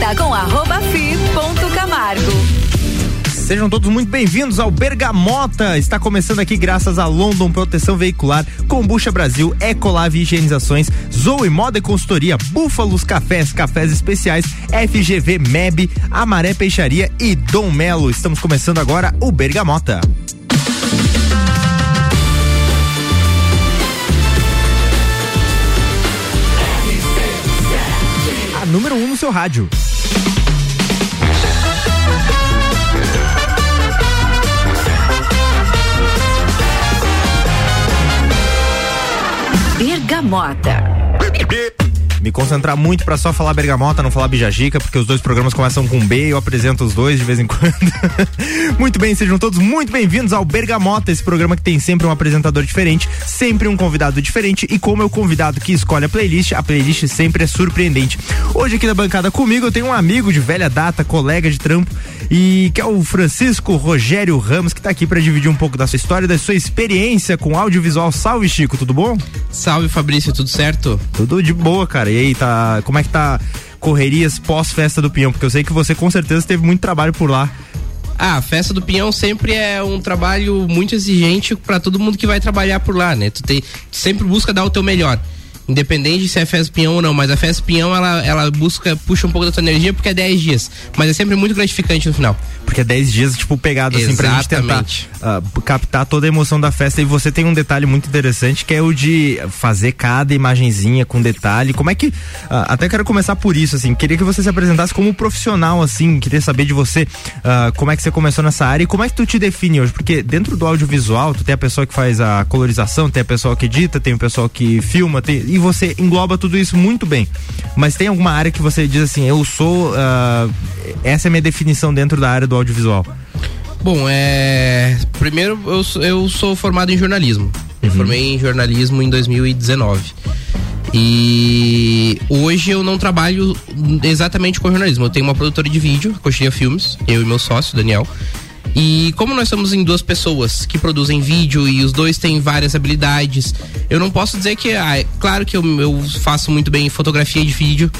Siga com @fi.camargo. Sejam todos muito bem-vindos ao Bergamota. Está começando aqui graças a London Proteção Veicular, Combucha Brasil, Ecolave Higienizações, Zoe Moda e Consultoria, Búfalos Cafés, Cafés Especiais, FGV MEB, Amaré Peixaria e Dom Melo. Estamos começando agora o Bergamota. A número 1 no seu rádio. Bergamota. Me concentrar muito pra só falar Bergamota, não falar Bijajica, porque os dois programas começam com B e eu apresento os dois de vez em quando. Muito bem, sejam todos muito bem-vindos ao Bergamota, esse programa que tem sempre um apresentador diferente, sempre um convidado diferente, e como é o convidado que escolhe a playlist sempre é surpreendente. Hoje aqui na bancada comigo eu tenho um amigo de velha data, colega de trampo, e que é o Francisco Rogério Ramos, que tá aqui pra dividir um pouco da sua história, da sua experiência com audiovisual. Salve, Chico, tudo bom? Salve, Fabrício, tudo certo? Tudo de boa, cara. E aí, como é que tá correrias pós-festa do Pinhão? Porque eu sei que você com certeza teve muito trabalho por lá. A festa do Pinhão sempre é um trabalho muito exigente pra todo mundo que vai trabalhar por lá, né? Tu sempre busca dar o teu melhor. Independente se é festa Pinhão ou não, mas a festa Pinhão, ela puxa um pouco da tua energia porque é 10 dias, mas é sempre muito gratificante no final. Porque é 10 dias, tipo, pegado assim, pra gente tentar captar toda a emoção da festa. E você tem um detalhe muito interessante, que é o de fazer cada imagenzinha com detalhe. Como é que, até quero começar por isso, assim, queria que você se apresentasse como profissional, assim, queria saber de você, como é que você começou nessa área e como é que tu te define hoje, porque dentro do audiovisual, tu tem a pessoa que faz a colorização, tem a pessoa que edita, tem o pessoal que filma, e você engloba tudo isso muito bem, mas tem alguma área que você diz assim, eu sou, essa é a minha definição dentro da área do audiovisual? Bom, primeiro eu sou formado em jornalismo. Eu formei em jornalismo em 2019 e hoje eu não trabalho exatamente com jornalismo. Eu tenho uma produtora de vídeo, Coxilha Filmes, eu e meu sócio, Daniel. E como nós somos em duas pessoas que produzem vídeo e os dois têm várias habilidades, eu não posso dizer que, claro que eu faço muito bem fotografia de vídeo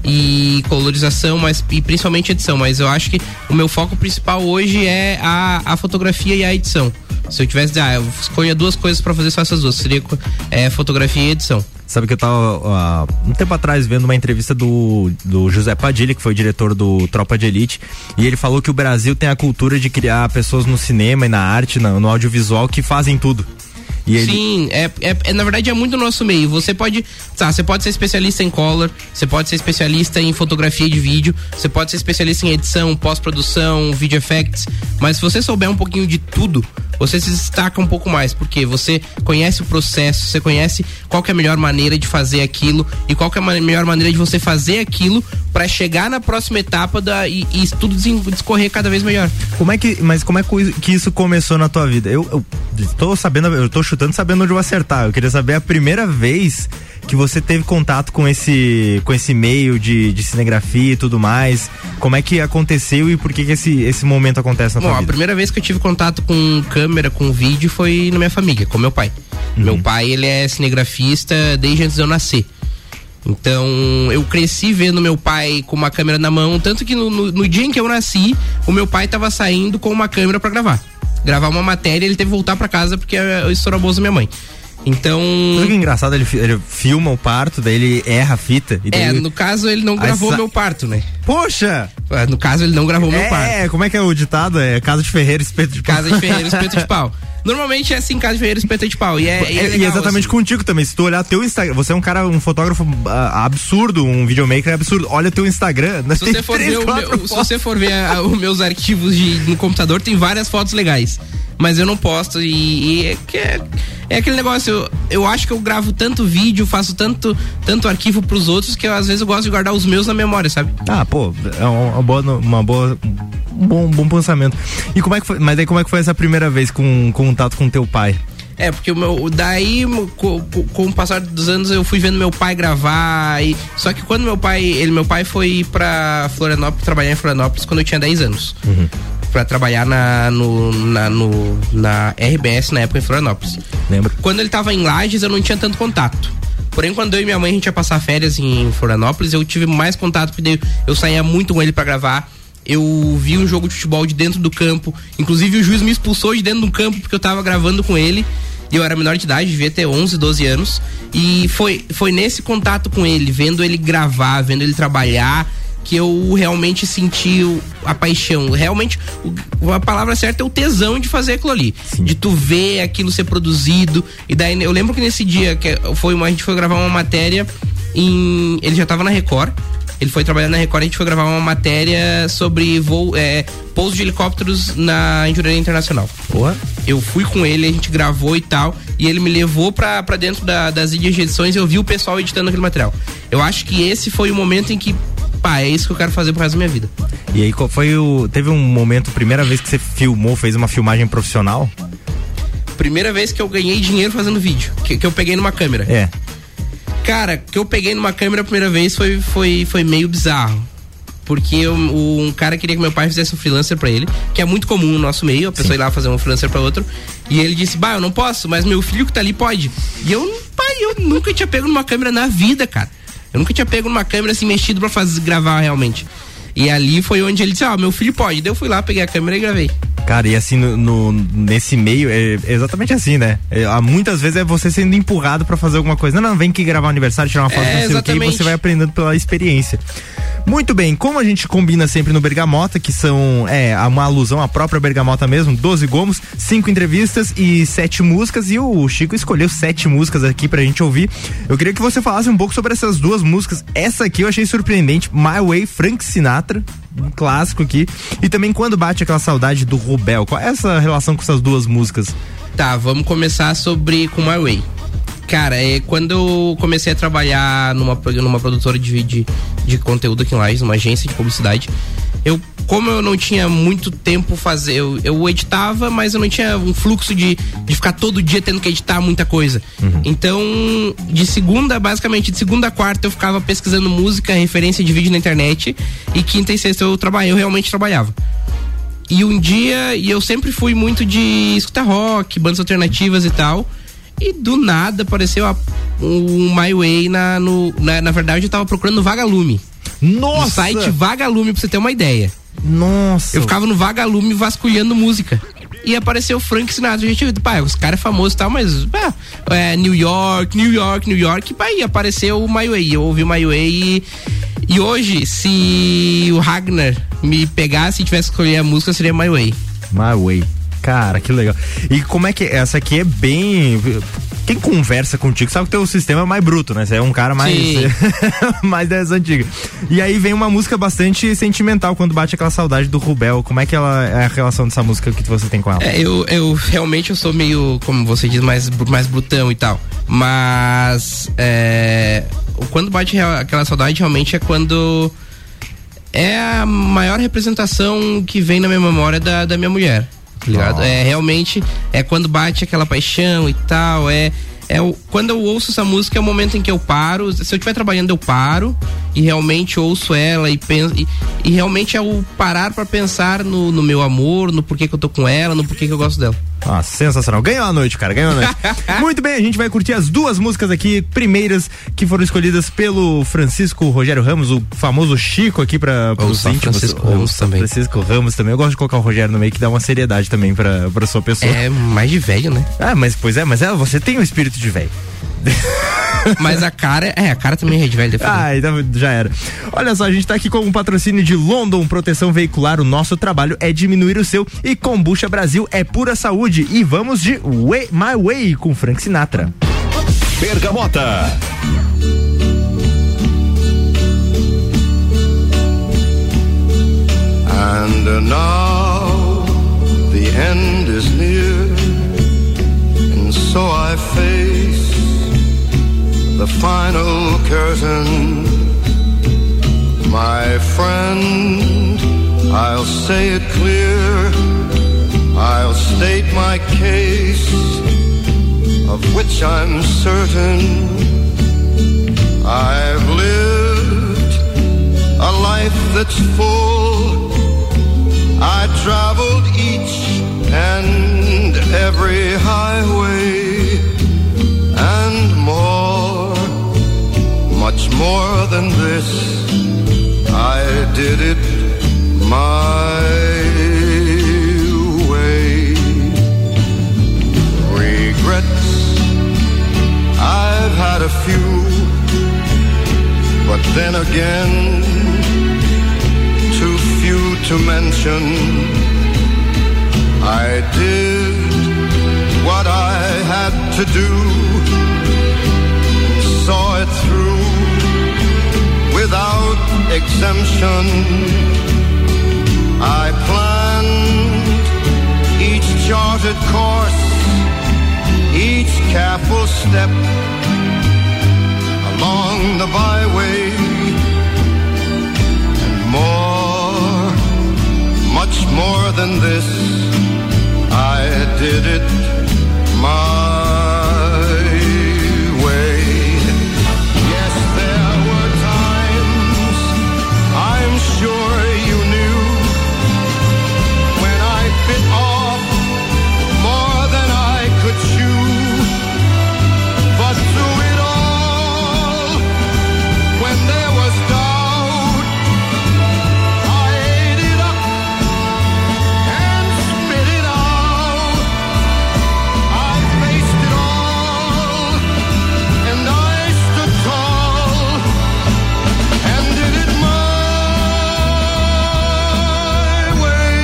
e colorização, e principalmente edição, mas eu acho que o meu foco principal hoje é a fotografia e a edição. Se eu tivesse, eu escolho duas coisas pra fazer, só essas duas, seria fotografia e edição. Sabe que eu tava um tempo atrás vendo uma entrevista do José Padilha, que foi diretor do Tropa de Elite, e ele falou que o Brasil tem a cultura de criar pessoas no cinema e na arte, no audiovisual, que fazem tudo. Sim, na verdade é muito o nosso meio. Você pode ser especialista em color, você pode ser especialista em fotografia de vídeo, você pode ser especialista em edição, pós-produção, video effects, mas se você souber um pouquinho de tudo, você se destaca um pouco mais, porque você conhece o processo, você conhece qual que é a melhor maneira de fazer aquilo e qual que é a melhor maneira de você fazer aquilo pra chegar na próxima etapa e tudo discorrer cada vez melhor. Como é que isso começou na tua vida? Eu tô chutando sabendo onde eu vou acertar. Eu queria saber a primeira vez que você teve contato com esse meio de cinegrafia e tudo mais. Como é que aconteceu e por que esse momento acontece na tua vida? A primeira vez que eu tive contato com câmera, com vídeo, foi na minha família, com meu pai. Meu pai, ele é cinegrafista desde antes de eu nascer. Então, eu cresci vendo meu pai com uma câmera na mão, tanto que no dia em que eu nasci, o meu pai tava saindo com uma câmera pra gravar uma matéria, ele teve que voltar pra casa porque estourou a bolsa da minha mãe. Então... Sabe que engraçado, ele filma o parto, daí ele erra a fita. E daí no caso ele não gravou meu parto, né? Poxa! No caso ele não gravou meu parto. Como é que é o ditado? É casa de ferreiro, espeto de pau. Casa de ferreiro, espeto de pau. Normalmente é assim, casa de ferreiro, espeto de pau. E legal, e exatamente assim. Contigo também. Se tu olhar teu Instagram, você é um fotógrafo absurdo, um videomaker absurdo. Olha teu Instagram. Se você for ver os meus arquivos no computador, tem várias fotos legais. Mas eu não posto é aquele negócio, eu acho que eu gravo tanto vídeo, faço tanto arquivo pros outros que às vezes eu gosto de guardar os meus na memória, sabe? É um bom pensamento. E como é que foi, mas aí como é que foi essa primeira vez com contato com teu pai? Porque com o passar dos anos eu fui vendo meu pai gravar, só que quando meu pai foi pra Florianópolis, trabalhar em Florianópolis quando eu tinha 10 anos. pra trabalhar na RBS na época em Florianópolis. Lembro. Quando ele tava em Lages, eu não tinha tanto contato. Porém, quando eu e minha mãe a gente ia passar férias em Florianópolis, eu tive mais contato, porque eu saía muito com ele pra gravar. Eu vi um jogo de futebol de dentro do campo. Inclusive, o juiz me expulsou de dentro do campo porque eu tava gravando com ele. E eu era menor de idade, devia ter 11, 12 anos. E foi nesse contato com ele, vendo ele gravar, vendo ele trabalhar, que eu realmente senti a paixão. Realmente, a palavra certa é o tesão de fazer aquilo ali. Sim. De tu ver aquilo ser produzido. E daí, eu lembro que nesse dia, a gente foi gravar uma matéria ele já tava na Record. Ele foi trabalhar na Record, a gente foi gravar uma matéria sobre pouso de helicópteros em Jurerê Internacional. Boa. Eu fui com ele, a gente gravou e tal, e ele me levou pra dentro das ilhas de edições e eu vi o pessoal editando aquele material. Eu acho que esse foi o momento em que, é isso que eu quero fazer pro resto da minha vida. E aí, teve um momento, primeira vez que você fez uma filmagem profissional? Primeira vez que eu ganhei dinheiro fazendo vídeo, que eu peguei numa câmera. Cara, que eu peguei numa câmera a primeira vez foi meio bizarro. Porque um cara queria que meu pai fizesse um freelancer pra ele, que é muito comum no nosso meio, a pessoa ir lá fazer um freelancer pra outro. E ele disse, eu não posso, mas meu filho que tá ali pode. E eu nunca tinha pego numa câmera na vida, cara. Eu nunca tinha pego numa câmera assim, mexido pra gravar realmente. E ali foi onde ele disse, meu filho pode. Daí eu fui lá, peguei a câmera e gravei. Cara, e assim, nesse meio, é exatamente assim, né? Muitas vezes é você sendo empurrado pra fazer alguma coisa. Não, vem aqui gravar um aniversário, tirar uma foto, não sei o que, e você vai aprendendo pela experiência. Muito bem, como a gente combina sempre no Bergamota, que são uma alusão à própria Bergamota mesmo, 12 gomos, 5 entrevistas e 7 músicas, e o Chico escolheu 7 músicas aqui pra gente ouvir. Eu queria que você falasse um pouco sobre essas 2 músicas. Essa aqui eu achei surpreendente, My Way, Frank Sinatra, um clássico aqui, e também Quando Bate Aquela Saudade, do Rubel. Qual é essa relação com essas 2 músicas? Tá, vamos começar com My Way. Cara, quando eu comecei a trabalhar numa produtora de conteúdo aqui em Lages, numa agência de publicidade, como eu não tinha muito tempo eu editava, mas eu não tinha um fluxo de ficar todo dia tendo que editar muita coisa. Então, basicamente de segunda a quarta eu ficava pesquisando música, referência de vídeo na internet, e quinta e sexta eu realmente trabalhava. E um dia, eu sempre fui muito de escutar rock, bandas alternativas e tal, e do nada apareceu o My Way na verdade eu tava procurando no Vagalume. Nossa! No site Vagalume, pra você ter uma ideia. Nossa! Eu ficava no Vagalume vasculhando música. E apareceu o Frank Sinatra. A gente, os caras é famoso e tal, mas New York, e apareceu o My Way. Eu ouvi o My Way e hoje, se o Ragnar me pegasse e tivesse que escolher a música, seria My Way. My Way. Cara, que legal. E como é que essa aqui é bem... Quem conversa contigo sabe que teu sistema é mais bruto, né? Você é um cara mais mais das antigas. E aí vem uma música bastante sentimental, Quando Bate Aquela Saudade, do Rubel. Como é que é a relação dessa música que você tem com ela? Eu realmente sou meio, como você diz, mais brutão e tal. Mas Quando Bate Aquela Saudade realmente é quando é a maior representação que vem na minha memória da minha mulher. Ligado? Realmente quando bate aquela paixão e tal, quando eu ouço essa música é o momento em que eu paro. Se eu estiver trabalhando, eu paro e realmente ouço ela e penso, e realmente é o parar pra pensar no meu amor, no porquê que eu tô com ela, no porquê que eu gosto dela. Sensacional. Ganhou a noite, cara. Ganhou a noite. Muito bem, a gente vai curtir as 2 músicas aqui, primeiras, que foram escolhidas pelo Francisco Rogério Ramos, o famoso Chico aqui para os íntimos. Francisco Ramos também. Francisco Ramos também. Eu gosto de colocar o Rogério no meio, que dá uma seriedade também pra sua pessoa. É mais de velho, né? Mas você tem um espírito de velho. Mas a cara também é de velho. Então já era. Olha só, a gente tá aqui com um patrocínio de London Proteção Veicular. O nosso trabalho é diminuir o seu, e Kombucha Brasil é pura saúde. E vamos de My Way com Frank Sinatra. Bergamota. And now the end is near, and so I face the final curtain. My friend, I'll say it clear, I'll state my case, of which I'm certain. I've lived a life that's full, I traveled each and every highway and more, much more than this. I did it my way. Regrets, I've had a few, but then again, too few to mention. I did what I had to do, saw it through without exemption. I planned each charted course, each careful step along the byway, and more, much more than this, I did it my way. Yes, there were times, I'm sure you knew, when I bit off more than I could chew. But through it all, when there was doubt, I ate it up and spit it out. I faced it all, and I stood tall, and did it my way.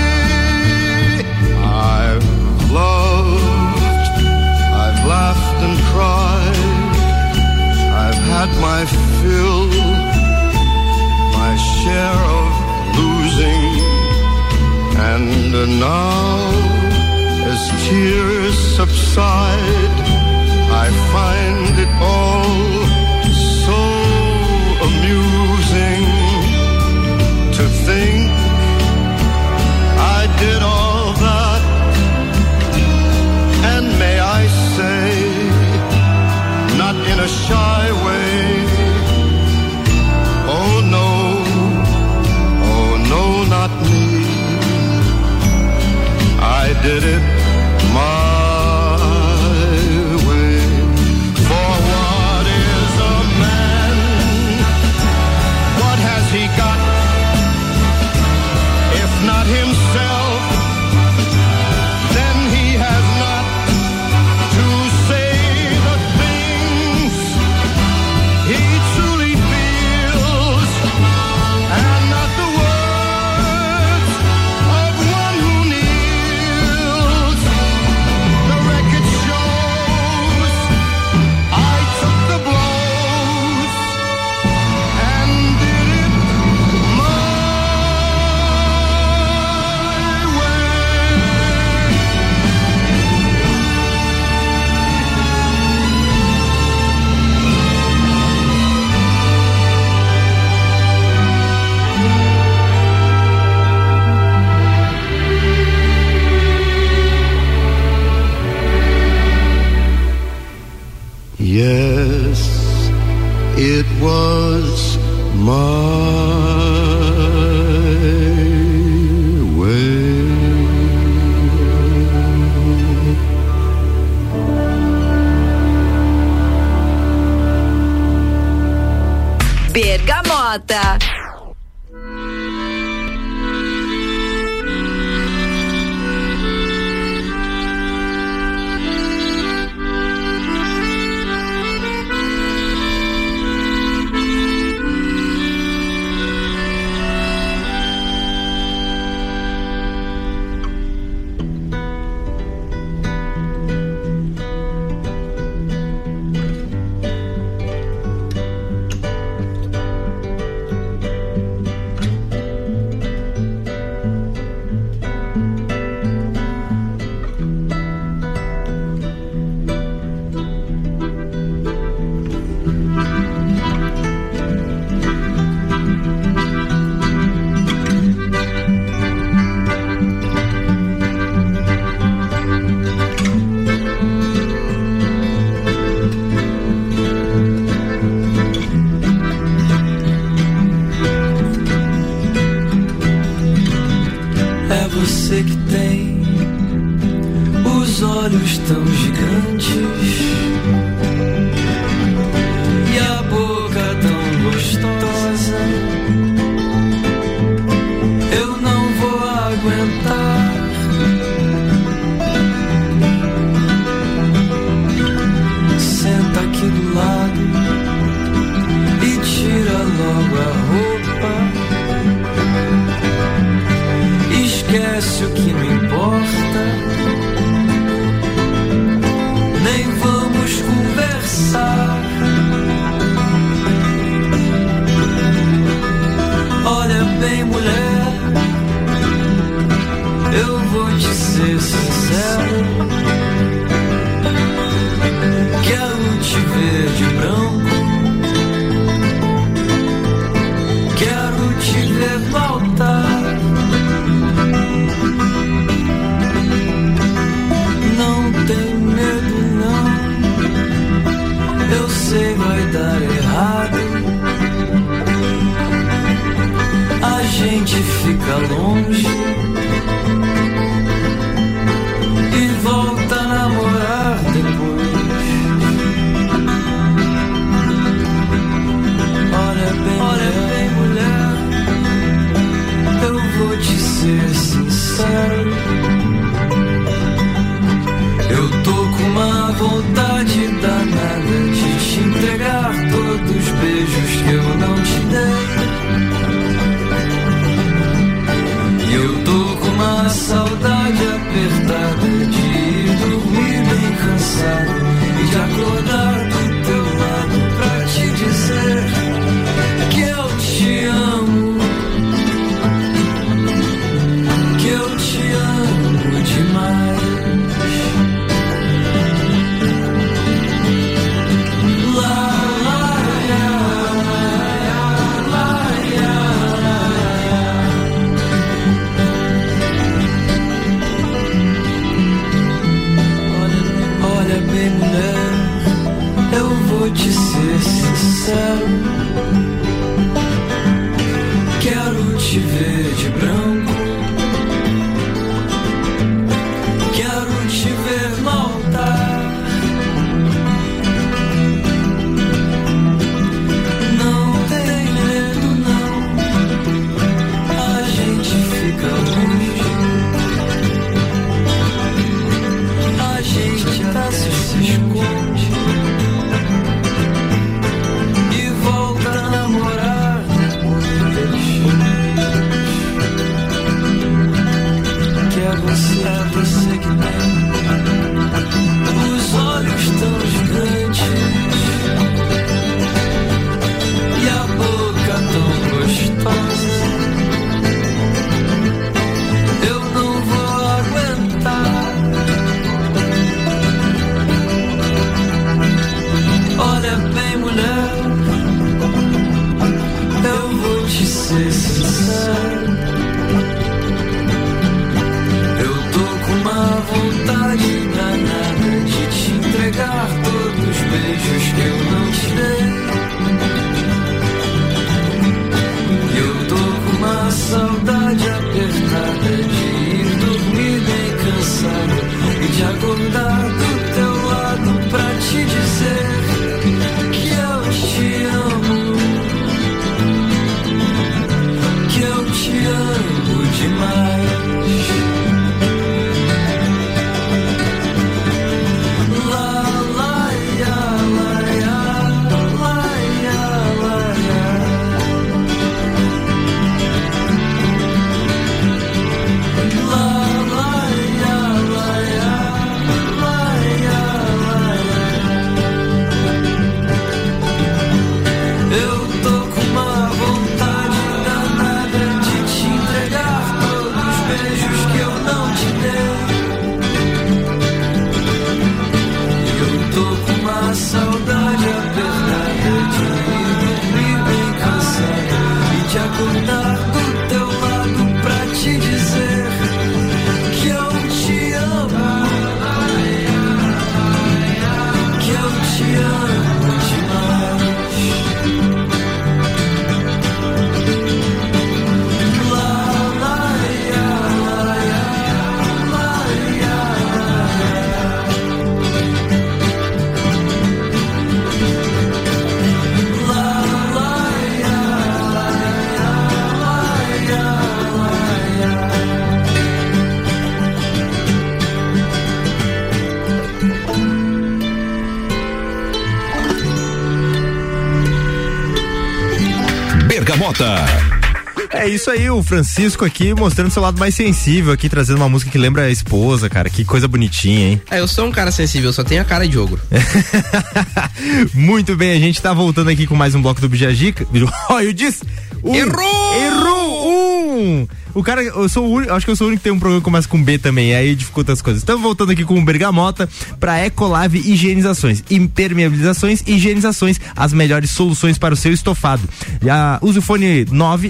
I've loved, I've laughed and cried, I've had my fill, my share of losing, and now, as tears subside, I find it all so amusing to think I did all that, and may I say, not in a shy way, oh no, not me. I did it my você que tem os olhos tão gigantes e a boca tão gostosa. Eu não vou aguentar. Senta aqui do lado e tira logo a roupa. Esquece o que não importa. Nem vamos conversar. Olha bem, mulher, eu vou te ser sincero. Quero te ver de branco. Quero te ver voltar. Não tem medo não. Eu sei vai dar errado. A gente fica longe e volta a namorar depois. Olha bem, mulher, eu vou te ser sincero. Eu tô com uma vontade danada de te entregar todos os beijos que eu não te dei. E eu tô com uma saudade apertada de ir dormir bem cansado e de acordar do teu lado pra te dizer que eu te amo, que eu te amo demais. Olha bem, mulher, eu vou te ser sincero. Quero te ver de branco. Quero te ver voltar. Não tem medo não. A gente fica longe. A gente até se esconde e volta a namorar depois. Que é você que tem os olhos tão gigantes e a boca tão gostosa. Eu não vou aguentar. Olha bem, mulher, eu vou te ser sincero. Eu tô com uma vontade danada de te entregar todos os beijos que eu não te dei. Eu tô com uma saudade apertada de ir dormir bem cansado e de acordar do teu lado pra te dizer que eu te amo, que eu te amo demais. Bergamota. É isso aí, o Francisco aqui mostrando seu lado mais sensível aqui, trazendo uma música que lembra a esposa, cara, que coisa bonitinha, hein? Eu sou um cara sensível, só tenho a cara de ogro. Muito bem, a gente tá voltando aqui com mais um bloco do Bijagica. Eu disse... Errou! O cara, acho que eu sou o único que tem um programa que começa com B também, aí dificulta as coisas. Estamos voltando aqui com o Bergamota pra Ecolave Higienizações, impermeabilizações e higienizações, as melhores soluções para o seu estofado. Use o fone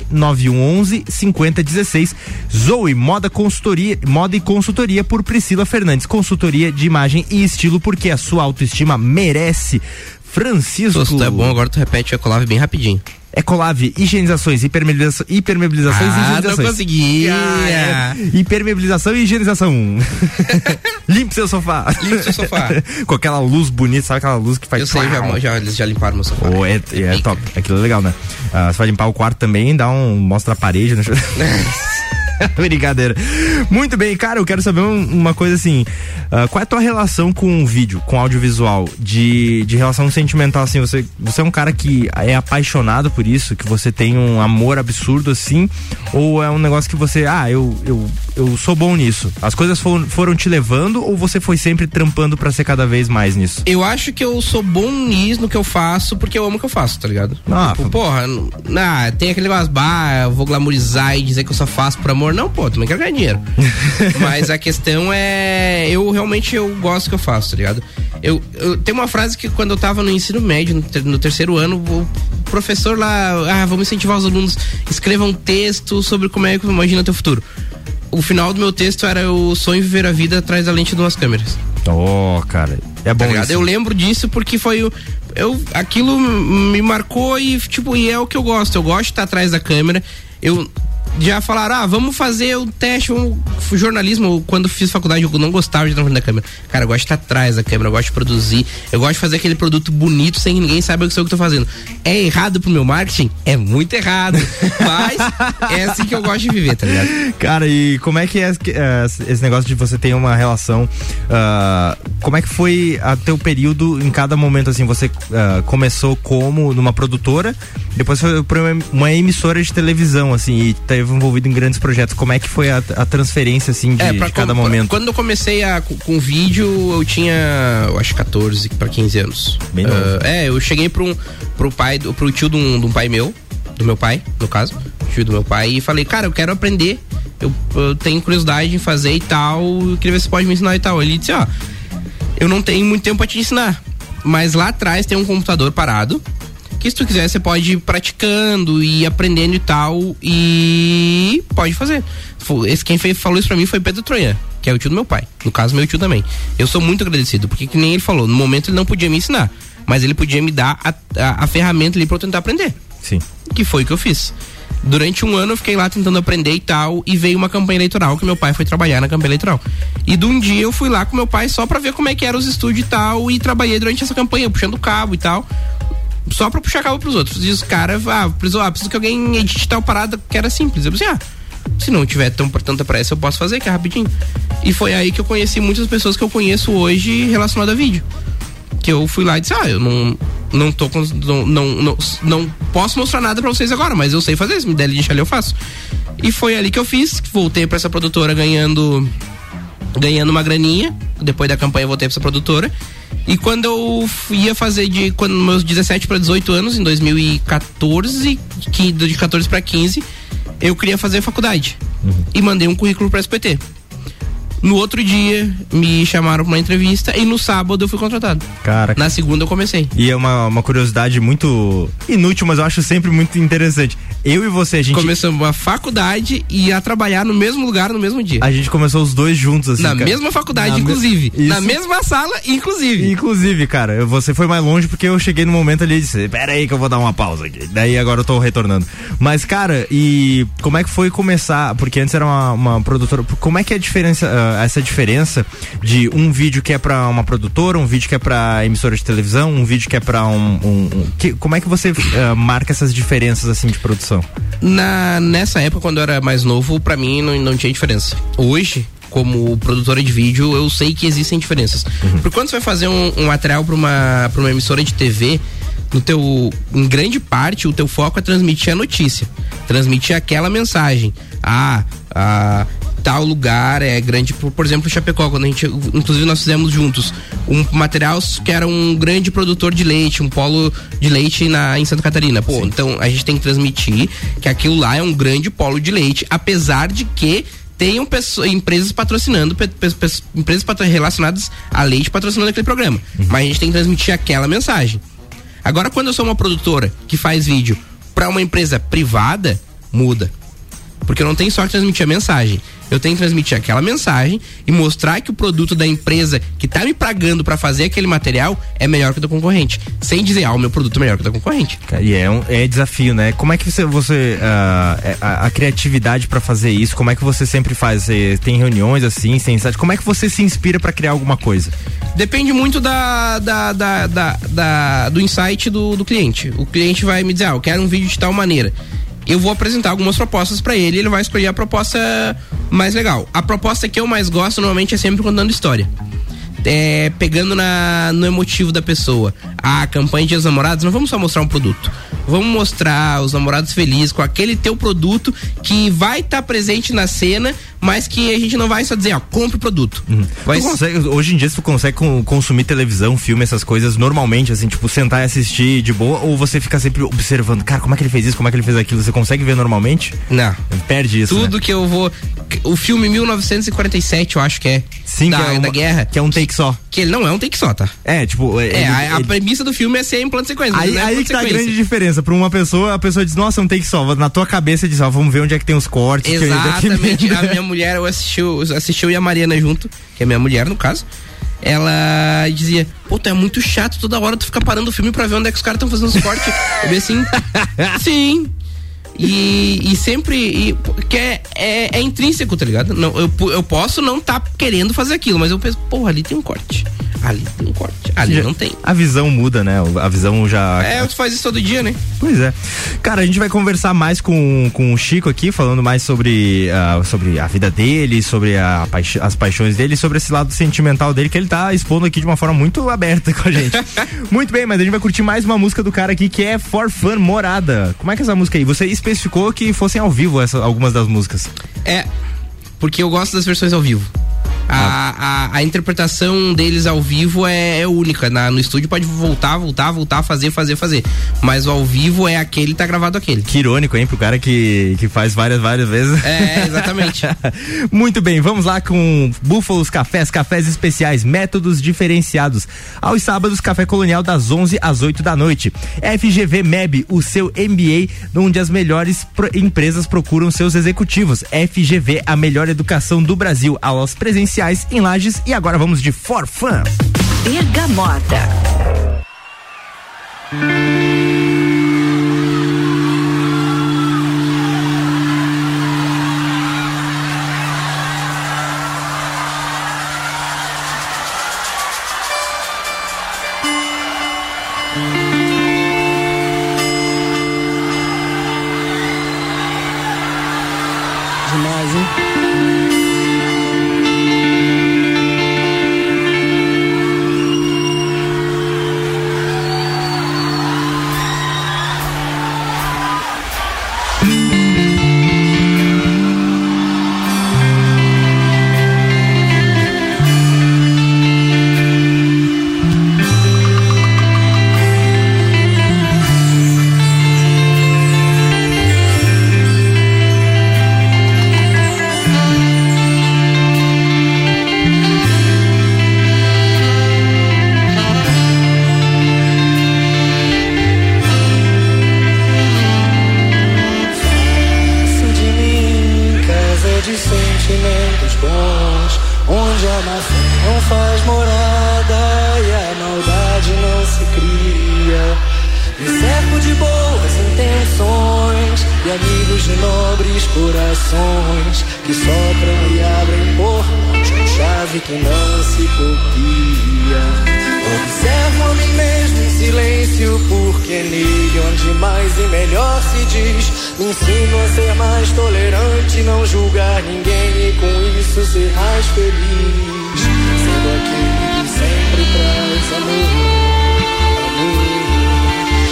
99111-5016. Zoe, moda e consultoria por Priscila Fernandes, consultoria de imagem e estilo, porque a sua autoestima merece. Francisco. Isso é bom, agora tu repete a Ecolave bem rapidinho. Ecolave, higienizações, impermeabilizações e higienizações. Não conseguia. Impermeabilização e higienização. Limpe seu sofá. Com aquela luz bonita, sabe aquela luz que faz... Eu sei, eles já limparam meu sofá. É top, aquilo é legal, né? Você vai limpar o quarto também, mostra a parede, né? Brincadeira. Muito bem, cara, eu quero saber uma coisa assim, qual é a tua relação com o vídeo, com o audiovisual, de relação sentimental, assim, você é um cara que é apaixonado por isso, que você tem um amor absurdo, assim, ou é um negócio que você, eu sou bom nisso, as coisas foram te levando, ou você foi sempre trampando pra ser cada vez mais nisso? Eu acho que eu sou bom nisso, no que eu faço, porque eu amo o que eu faço, tá ligado? Tem aquele negócio, eu vou glamorizar e dizer que eu só faço por amor. Não, também quero ganhar dinheiro. Mas a questão é, eu gosto do que eu faço, tá ligado? Eu tem uma frase que quando eu tava no ensino médio, no terceiro ano, o professor lá, vamos incentivar os alunos, escrevam um texto sobre como é que imagina teu futuro. O final do meu texto era: eu sonho viver a vida atrás da lente de umas câmeras. Cara, é bom, tá isso. Eu lembro disso porque foi aquilo me marcou e é o que eu gosto. Eu gosto de estar atrás da câmera. Já falaram, vamos fazer o teste, jornalismo. Quando fiz faculdade eu não gostava de estar na frente da câmera. Cara, eu gosto de estar atrás da câmera, eu gosto de produzir, eu gosto de fazer aquele produto bonito sem que ninguém saiba o que eu tô fazendo. É errado pro meu marketing? É muito errado, mas é assim que eu gosto de viver, tá ligado? Cara, e como é que é esse negócio de você ter uma relação, como é que foi a teu período em cada momento, assim, você começou como numa produtora, depois foi pra uma emissora de televisão, assim, e teve envolvido em grandes projetos. Como é que foi a transferência, assim, de cada momento? Quando eu comecei com vídeo, eu tinha, acho, 14 para 15 anos. Bem novo. Eu cheguei pro tio de um pai meu, do meu pai, no caso, tio do meu pai, e falei, cara, eu quero aprender, eu tenho curiosidade em fazer e tal, eu queria ver se pode me ensinar e tal. Ele disse, eu não tenho muito tempo pra te ensinar, mas lá atrás tem um computador parado, que se tu quiser você pode ir praticando e aprendendo e tal, e pode fazer. Quem falou isso pra mim foi Pedro Troian, que é o tio do meu pai, no caso meu tio também. Eu sou muito agradecido, porque que nem ele falou, no momento ele não podia me ensinar, mas ele podia me dar a ferramenta ali pra eu tentar aprender. Sim. Que foi o que eu fiz. Durante um ano eu fiquei lá tentando aprender e tal, e veio uma campanha eleitoral que meu pai foi trabalhar na campanha eleitoral. E de um dia eu fui lá com meu pai só pra ver como é que eram os estúdios e tal, e trabalhei durante essa campanha, puxando cabo e tal, só pra puxar cabo pros outros. E os caras, preciso que alguém edite tal parada que era simples. Eu pensei, se não tiver tanta pressa eu posso fazer, que é rapidinho. E foi aí que eu conheci muitas pessoas que eu conheço hoje relacionadas a vídeo. Que eu fui lá e disse, eu não posso mostrar nada pra vocês agora, mas eu sei fazer, se me der deixar ali eu faço. E foi ali que eu fiz, voltei pra essa produtora ganhando uma graninha. Depois da campanha eu voltei pra essa produtora. E quando eu ia fazer quando meus 17 para 18 anos, em 2014, de 14 para 15, eu queria fazer faculdade. E mandei um currículo pra SPT. No outro dia, me chamaram pra uma entrevista e no sábado eu fui contratado. Cara, na segunda eu comecei. E é uma curiosidade muito inútil, mas eu acho sempre muito interessante. Eu e você, a gente... Começamos a faculdade e a trabalhar no mesmo lugar, no mesmo dia. A gente começou os dois juntos, assim, na mesma faculdade, inclusive. Na mesma sala, inclusive. Inclusive, cara, você foi mais longe porque eu cheguei no momento ali e disse, pera aí que eu vou dar uma pausa aqui. Daí agora eu tô retornando. Mas, cara, e como é que foi começar? Porque antes era uma produtora. Como é que é a diferença... essa diferença de um vídeo que é pra uma produtora, um vídeo que é pra emissora de televisão, um vídeo que é pra como é que você marca essas diferenças, assim, de produção? Nessa época, quando eu era mais novo, pra mim não tinha diferença. Hoje, como produtora de vídeo, eu sei que existem diferenças. Porque quando você vai fazer um material pra uma emissora de TV, em grande parte, o teu foco é transmitir a notícia, transmitir aquela mensagem. Tal lugar é grande, por exemplo, Chapecó, quando inclusive nós fizemos juntos um material que era um grande produtor de leite, um polo de leite em Santa Catarina. Sim. Então a gente tem que transmitir que aquilo lá é um grande polo de leite, apesar de que tenham empresas patrocinando, empresas relacionadas a leite patrocinando aquele programa. Mas a gente tem que transmitir aquela mensagem. Agora, quando eu sou uma produtora que faz vídeo para uma empresa privada, muda. Porque eu não tenho só que transmitir a mensagem. Eu tenho que transmitir aquela mensagem e mostrar que o produto da empresa que tá me pagando para fazer aquele material é melhor que o do concorrente. Sem dizer, o meu produto é melhor que o do concorrente. E é desafio, né? Como é que você a criatividade para fazer isso, como é que você sempre faz? Tem reuniões assim, como é que você se inspira para criar alguma coisa? Depende muito do insight do cliente. O cliente vai me dizer, eu quero um vídeo de tal maneira. Eu vou apresentar algumas propostas pra ele vai escolher a proposta mais legal. A proposta que eu mais gosto normalmente é sempre contando história. Pegando no emotivo da pessoa. A campanha de Dia dos Namorados, não vamos só mostrar um produto. Vamos mostrar os namorados felizes com aquele teu produto que vai estar presente na cena, mas que a gente não vai só dizer, compre o produto. Hoje em dia, tu consegue consumir televisão, filme, essas coisas normalmente, assim, tipo, sentar e assistir de boa, ou você fica sempre observando, cara, como é que ele fez isso, como é que ele fez aquilo? Você consegue ver normalmente? Não. Perde isso, tudo, né? Que eu vou... O filme 1947, eu acho que é. Sim, da guerra. Que é um take só. Que ele não é um take só, tá? A premissa do filme é ser em plano de sequência. Aí que tá a grande diferença. Pra uma pessoa, a pessoa diz, nossa, é um take só. Na tua cabeça diz, vamos ver onde é que tem os cortes. Exatamente. A minha mulher, assistiu e a Mariana junto, que é minha mulher, no caso. Ela dizia, tu é muito chato, toda hora tu fica parando o filme pra ver onde é que os caras estão fazendo os cortes. Eu vi assim, sim. E sempre que é intrínseco, tá ligado? Não, eu posso não tá querendo fazer aquilo, mas eu penso, ali tem um corte. Ali tem um corte. Ali não tem. A visão muda, né? A visão já... tu faz isso todo dia, né? Pois é. Cara, a gente vai conversar mais com o Chico aqui, falando mais sobre a vida dele, sobre as paixões dele, sobre esse lado sentimental dele, que ele tá expondo aqui de uma forma muito aberta com a gente. Muito bem, mas a gente vai curtir mais uma música do cara aqui, que é For Fun Morada. Como é que é essa música aí? Você especificou que fossem ao vivo algumas das músicas. Porque eu gosto das versões ao vivo. A interpretação deles ao vivo é única. No estúdio pode voltar, fazer. Mas o ao vivo é aquele, tá gravado aquele. Que irônico, hein? Pro cara que faz várias vezes. Exatamente. Muito bem, vamos lá com Búfalos Cafés especiais, métodos diferenciados. Aos sábados, Café Colonial das 11 às 8 da noite. FGV MEB, o seu MBA, onde as melhores empresas procuram seus executivos. FGV, a melhor educação do Brasil. Aulas presenciais em Lages, e agora vamos de For Fun. Bergamota. Demais, hein? Que sopram e abrem portas com chave que não se copia. Observo a mim mesmo em silêncio, porque nele onde mais e melhor se diz. Me ensino a ser mais tolerante, não julgar ninguém e com isso ser mais feliz. Sendo aquele que sempre traz amor, amor.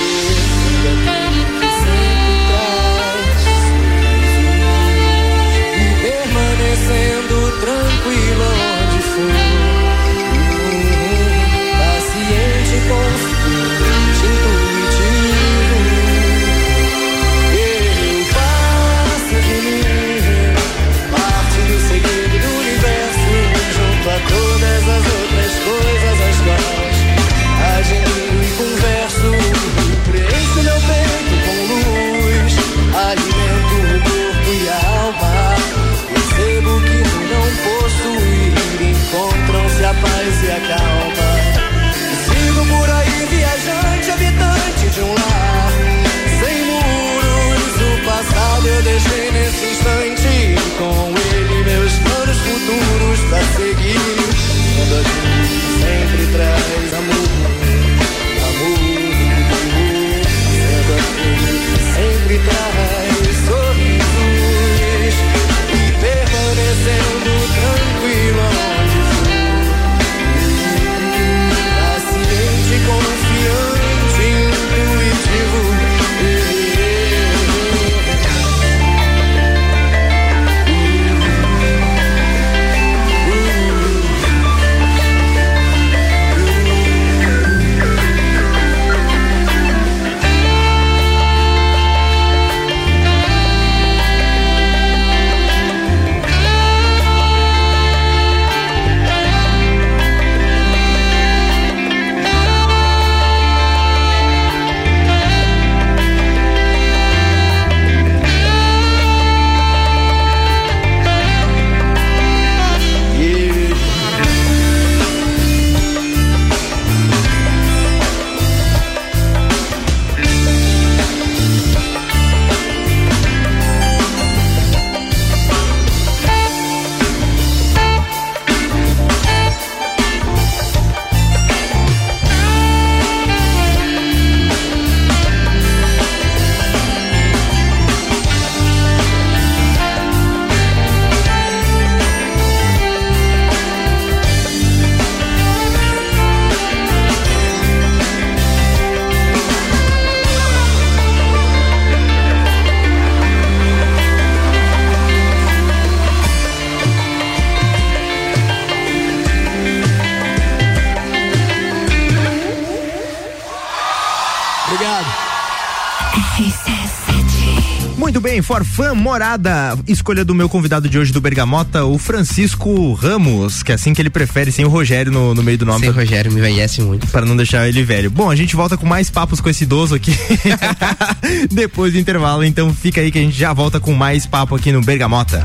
Muito bem, Forfã Morada, escolha do meu convidado de hoje do Bergamota, o Francisco Ramos, que é assim que ele prefere, sem o Rogério no meio do nome. Sem o Rogério, me envelhece muito. Para não deixar ele velho. Bom, a gente volta com mais papos com esse idoso aqui depois do intervalo, então fica aí que a gente já volta com mais papo aqui no Bergamota.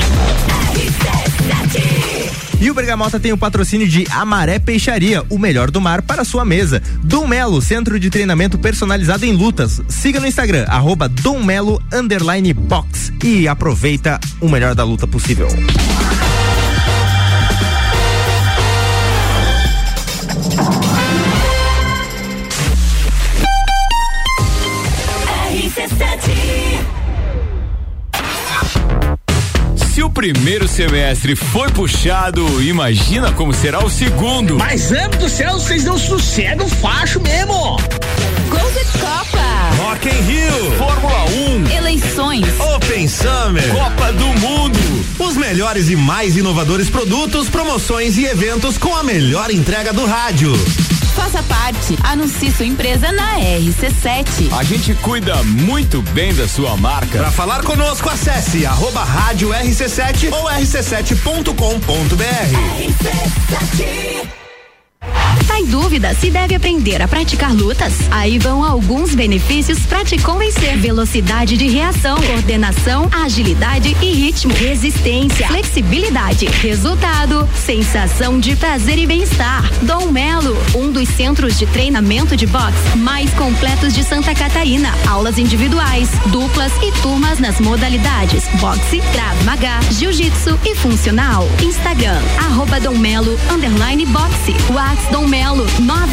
E o Bergamota tem o patrocínio de Amaré Peixaria, o melhor do mar para a sua mesa. Dom Melo, centro de treinamento personalizado em lutas. Siga no Instagram, @DomMelo_box e aproveita o melhor da luta possível. Se o primeiro semestre foi puxado, imagina como será o segundo. Mas, amo do céu, vocês não sossegam facho mesmo. Gols de Copa. Rock in Rio, Fórmula 1, Eleições, Open Summer, Copa do Mundo. Os melhores e mais inovadores produtos, promoções e eventos com a melhor entrega do rádio. faça parte. Anuncie sua empresa na RC7. A gente cuida muito bem da sua marca. Para falar conosco, acesse @rádio RC7 ou rc7.com.br. Tá em dúvida se deve aprender a praticar lutas? Aí vão alguns benefícios pra te convencer: velocidade de reação, coordenação, agilidade e ritmo, resistência, flexibilidade, resultado, sensação de prazer e bem-estar. Dom Melo, um dos centros de treinamento de boxe mais completos de Santa Catarina. Aulas individuais, duplas e turmas nas modalidades boxe, Krav Maga, jiu-jitsu e funcional. Instagram, @dommelo_boxe. Dom Melo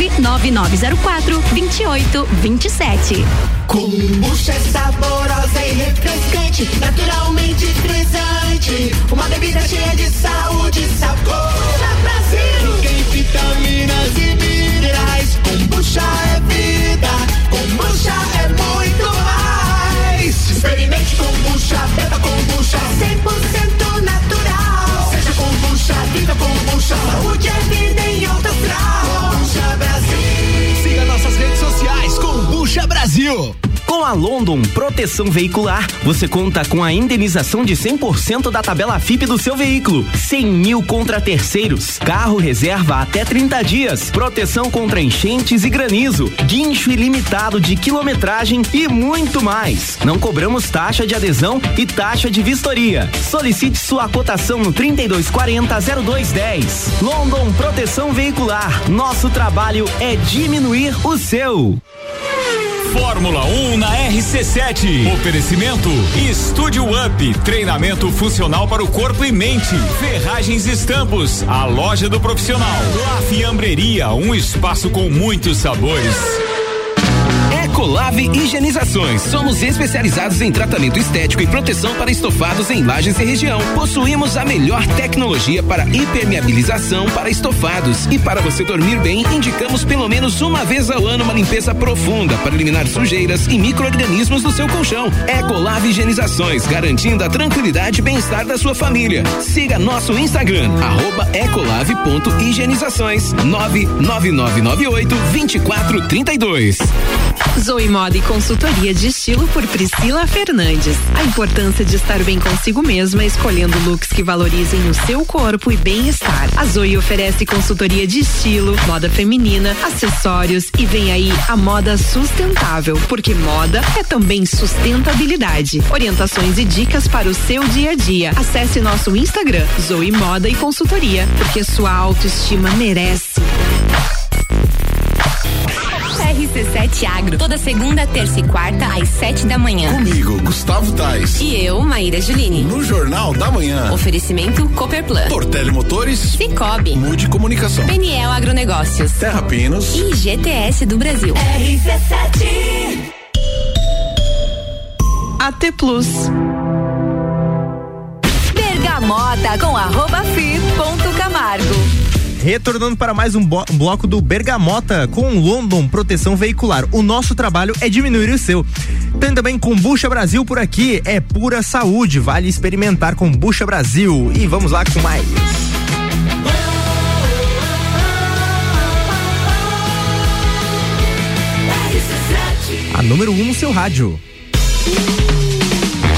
99904-2827. Kombucha é saborosa e refrescante, naturalmente frisante. Uma bebida cheia de saúde e sabor. Brasil tem vitaminas e minerais. Kombucha é vida, kombucha é muito mais. Experimente kombucha, beba kombucha, 100% natural. Seja kombucha, viva kombucha, saúde é vida em alto grau. Kombucha Brasil. Siga nossas redes sociais, Kombucha Brasil. Com a London Proteção Veicular, você conta com a indenização de 100% da tabela FIP do seu veículo, 100 mil contra terceiros, carro reserva até 30 dias, proteção contra enchentes e granizo, guincho ilimitado de quilometragem e muito mais. Não cobramos taxa de adesão e taxa de vistoria. Solicite sua cotação no 3240-0210. London Proteção Veicular, nosso trabalho é diminuir o seu. Fórmula 1 na RC7. Oferecimento Estúdio Up, treinamento funcional para o corpo e mente. Ferragens e Estampos, a loja do profissional. La Fiambreria, um espaço com muitos sabores. Ecolave Higienizações. Somos especializados em tratamento estético e proteção para estofados em Lages e região. Possuímos a melhor tecnologia para impermeabilização para estofados. E para você dormir bem, indicamos pelo menos uma vez ao ano uma limpeza profunda para eliminar sujeiras e micro-organismos do seu colchão. Ecolave Higienizações, garantindo a tranquilidade e bem-estar da sua família. Siga nosso Instagram, @ecolave.higienizações, 99998-2432. Zoe Moda e consultoria de estilo por Priscila Fernandes. A importância de estar bem consigo mesma, escolhendo looks que valorizem o seu corpo e bem-estar. A Zoe oferece consultoria de estilo, moda feminina, acessórios e vem aí a moda sustentável, porque moda é também sustentabilidade. Orientações e dicas para o seu dia a dia. Acesse nosso Instagram, Zoe Moda e Consultoria, porque sua autoestima merece. RC7 Agro, toda segunda, terça e quarta, às 7 da manhã. Comigo, Gustavo Tais. E eu, Maíra Juline. No Jornal da Manhã. Oferecimento Cooperplan. Portele Motores. Cicobi. Mude Comunicação. PNL Agronegócios. Terra Pinos. E GTS do Brasil. RC7. AT Plus. Bergamota com @fi.camargo. Retornando para mais um bloco do Bergamota com London Proteção Veicular. O nosso trabalho é diminuir o seu. Tem também Kombucha Brasil por aqui, é pura saúde, vale experimentar Kombucha Brasil. E vamos lá com mais. A número 1 no seu rádio.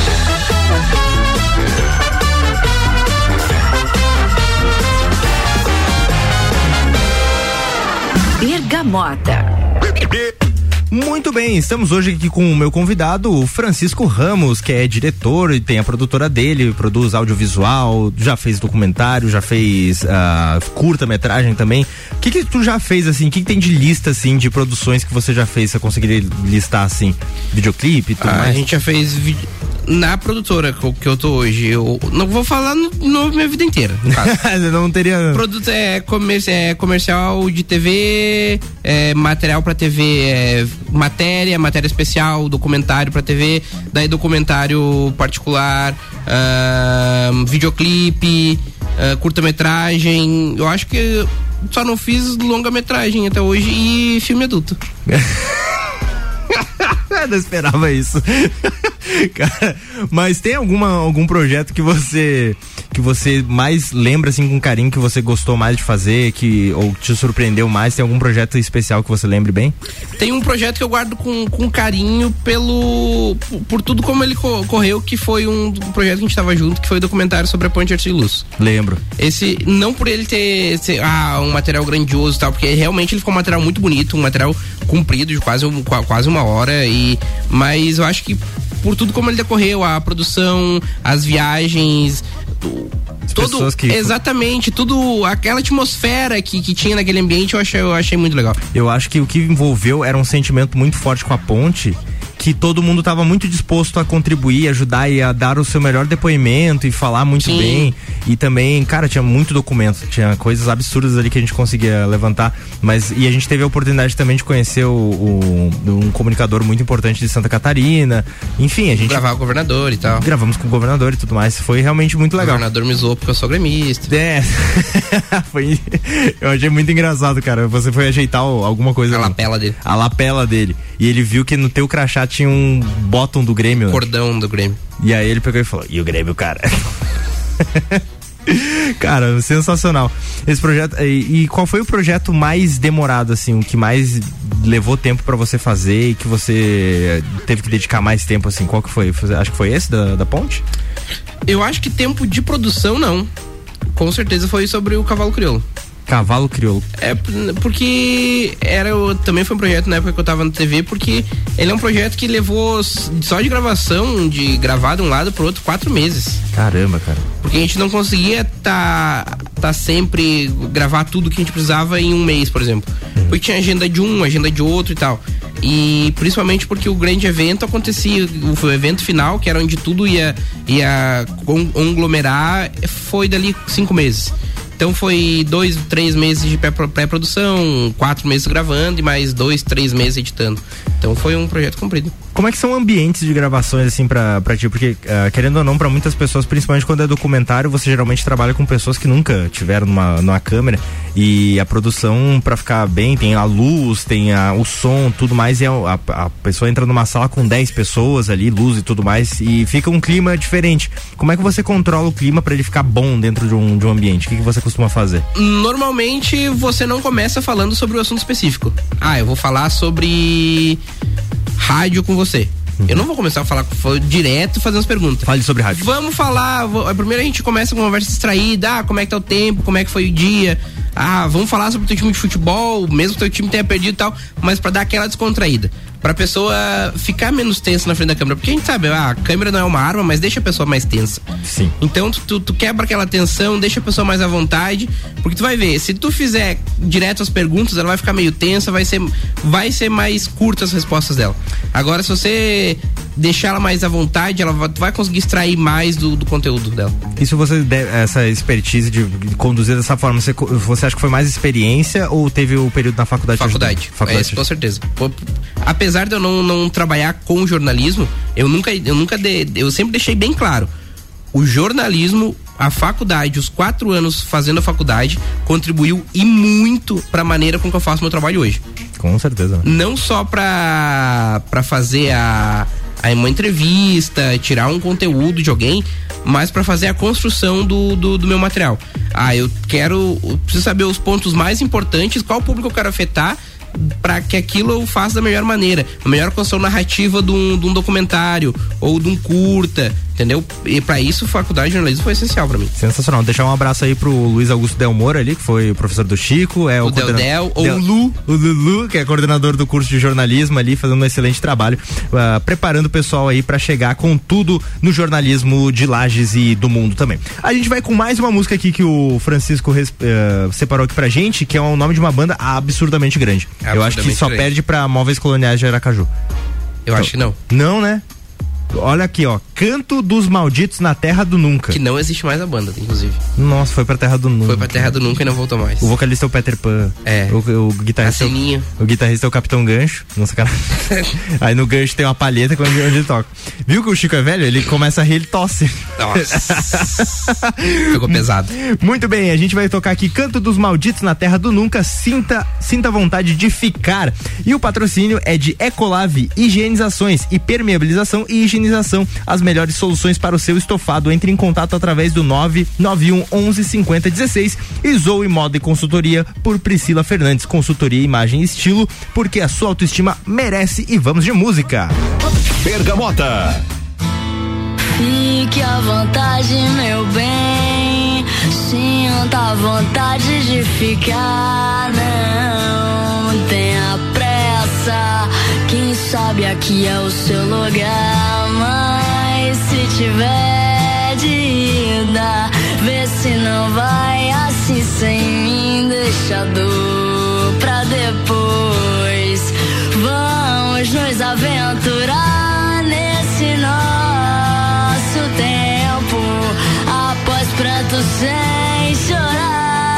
Bergamota. Muito bem, estamos hoje aqui com o meu convidado, o Francisco Ramos, que é diretor e tem a produtora dele, produz audiovisual, já fez documentário, já fez curta-metragem também. O que tu já fez, assim, o que tem de lista, assim, de produções que você já fez? Você conseguiria listar, assim, videoclipe e tudo mais? A gente já fez na produtora que eu tô hoje. Eu não vou falar minha vida inteira, no caso. Não teria... Produto comercial de TV, material pra TV, matéria especial, documentário pra TV, daí documentário particular, videoclipe, curta-metragem. Eu acho que só não fiz longa-metragem até hoje e filme adulto. Eu não esperava isso. Cara, mas tem algum projeto que você mais lembra, assim, com carinho, que você gostou mais de fazer, ou te surpreendeu mais? Tem algum projeto especial que você lembre bem? Tem um projeto que eu guardo com carinho por tudo como ele correu, que foi um projeto que a gente tava junto, que foi o documentário sobre a Ponte Arce-de-Luz. Lembro. Esse, não por ele ser um material grandioso e tal, porque realmente ele ficou um material muito bonito, um material comprido de quase 1 hora, mas eu acho que por tudo como ele decorreu, a produção, as viagens, exatamente, tudo, aquela atmosfera que tinha naquele ambiente, eu achei muito legal. Eu acho que o que envolveu era um sentimento muito forte com a ponte, que todo mundo estava muito disposto a contribuir, ajudar e a dar o seu melhor depoimento e falar muito Sim. bem. E também, cara, tinha muito documento, tinha coisas absurdas ali que a gente conseguia levantar, e a gente teve a oportunidade também de conhecer um comunicador muito importante de Santa Catarina. Enfim, a gente gravava com o governador e tal. Gravamos com o governador e tudo mais, foi realmente muito legal. O governador me zoou porque eu sou gremista. Eu achei muito engraçado, cara. Você foi ajeitar alguma coisa. A lapela dele. E ele viu que no teu crachá tinha um bottom do Grêmio. Cordão do Grêmio. E aí ele pegou e falou: e o Grêmio, cara? Cara, sensacional esse projeto. E qual foi o projeto mais demorado, assim, o que mais levou tempo pra você fazer e que você teve que dedicar mais tempo, assim? Qual que foi? Acho que foi esse da ponte? Eu acho que tempo de produção não. Com certeza foi sobre o Cavalo Crioulo. Cavalo Crioulo. Porque também foi um projeto na época que eu tava na TV, porque ele é um projeto que levou só de gravação, de gravar de um lado pro outro, 4 meses. Caramba, cara. Porque a gente não conseguia tá sempre gravar tudo que a gente precisava em um mês, por exemplo. Porque tinha agenda de um, agenda de outro e tal. E principalmente porque o grande evento acontecia, o evento final, que era onde tudo ia conglomerar, foi dali 5 meses. Então foi 2, 3 meses de pré-produção, 4 meses gravando e mais 2, 3 meses editando. Então foi um projeto comprido. Como é que são ambientes de gravações, assim, pra ti? Porque, querendo ou não, pra muitas pessoas, principalmente quando é documentário, você geralmente trabalha com pessoas que nunca tiveram numa câmera, e a produção, pra ficar bem, tem a luz, tem o som, tudo mais, e a pessoa entra numa sala com 10 pessoas ali, luz e tudo mais, e fica um clima diferente. Como é que você controla o clima pra ele ficar bom dentro de um ambiente? O que você costuma fazer? Normalmente, você não começa falando sobre o assunto específico. Eu vou falar sobre rádio com você. Eu não vou começar a falar direto fazendo as perguntas. Fale sobre rádio. Vamos falar, primeiro a gente começa com uma conversa distraída, como é que tá o tempo, como é que foi o dia, vamos falar sobre o teu time de futebol, mesmo que o teu time tenha perdido e tal, mas pra dar aquela descontraída, pra pessoa ficar menos tensa na frente da câmera, porque a gente sabe, a câmera não é uma arma, mas deixa a pessoa mais tensa. Sim. Então tu quebra aquela tensão, deixa a pessoa mais à vontade, porque tu vai ver, se tu fizer direto as perguntas, ela vai ficar meio tensa, vai ser mais curta as respostas dela. Agora, se você deixar ela mais à vontade, ela vai conseguir extrair mais do conteúdo dela. E se você der essa expertise de conduzir dessa forma, você acha que foi mais experiência ou teve o período na faculdade? Faculdade, com certeza. Apesar de eu não trabalhar com jornalismo, eu sempre deixei bem claro, o jornalismo, a faculdade, os 4 anos fazendo a faculdade, contribuiu e muito pra maneira com que eu faço meu trabalho hoje. Com certeza. Não só pra fazer uma entrevista, tirar um conteúdo de alguém, mas pra fazer a construção do meu material. Eu preciso saber os pontos mais importantes, qual público eu quero afetar, para que aquilo eu faça da melhor maneira, a melhor construção narrativa de um documentário ou de um curta, Entendeu? E pra isso, faculdade de jornalismo foi essencial pra mim. Sensacional. Deixar um abraço aí pro Luiz Augusto Del Moura ali, que foi o professor do Chico. O Del, ou o Lu. O Lulu, que é coordenador do curso de jornalismo ali, fazendo um excelente trabalho, preparando o pessoal aí pra chegar com tudo no jornalismo de Lages e do mundo também. A gente vai com mais uma música aqui que o Francisco separou aqui pra gente, que é o nome de uma banda absurdamente grande. Eu acho que só perde pra Móveis Coloniais de Aracaju. Eu acho que não. Não, né? Olha aqui, ó. Canto dos Malditos na Terra do Nunca. Que não existe mais a banda, inclusive. Nossa, foi pra Terra do Nunca. Foi pra Terra do Nunca e não voltou mais. O vocalista é o Peter Pan. É. O guitarrista. O guitarrista é o Capitão Gancho. Nossa, cara. Aí no gancho tem uma palheta onde ele toca. Viu que o Chico é velho? Ele começa a rir, ele tosse. Nossa. Ficou pesado. Muito bem, a gente vai tocar aqui Canto dos Malditos na Terra do Nunca. Sinta vontade de ficar. E o patrocínio é de Ecolave Higienizações e Permeabilização e Higienização. As melhores soluções para o seu estofado. Entre em contato através do 991 11 50 16. E Zoe Moda e Consultoria por Priscila Fernandes. Consultoria, imagem e estilo, porque a sua autoestima merece. E vamos de música. Bergamota. Fique à vontade, meu bem. Sinta vontade de ficar. Não tenha pressa. Quem sabe aqui é o seu lugar. Mas se tiver de ida, vê se não vai assim sem mim. Deixa a dor pra depois. Vamos nos aventurar nesse nosso tempo. Após pranto sem chorar.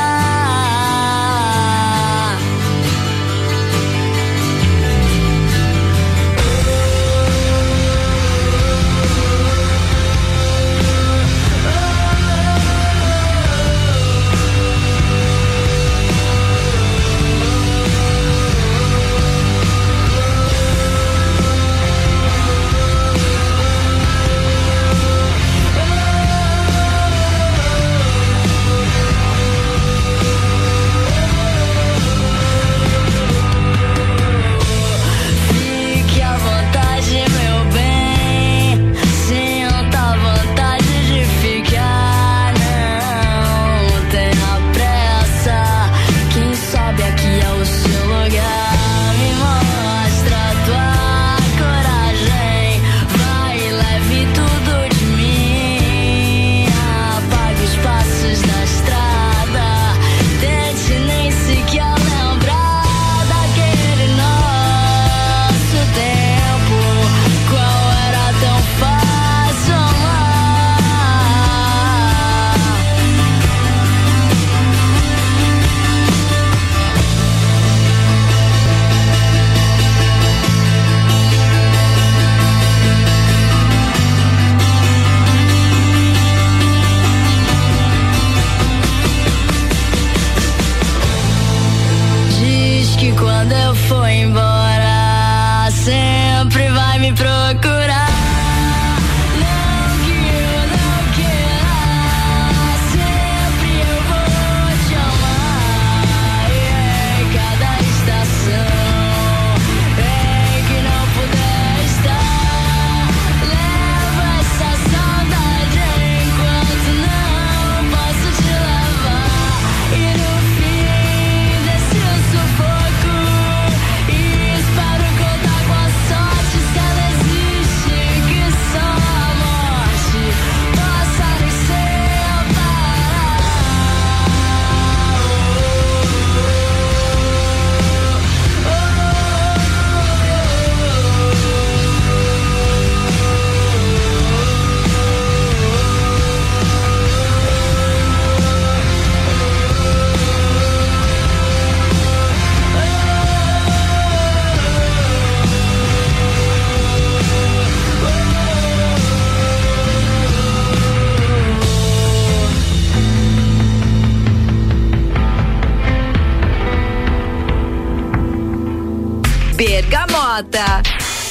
Bergamota.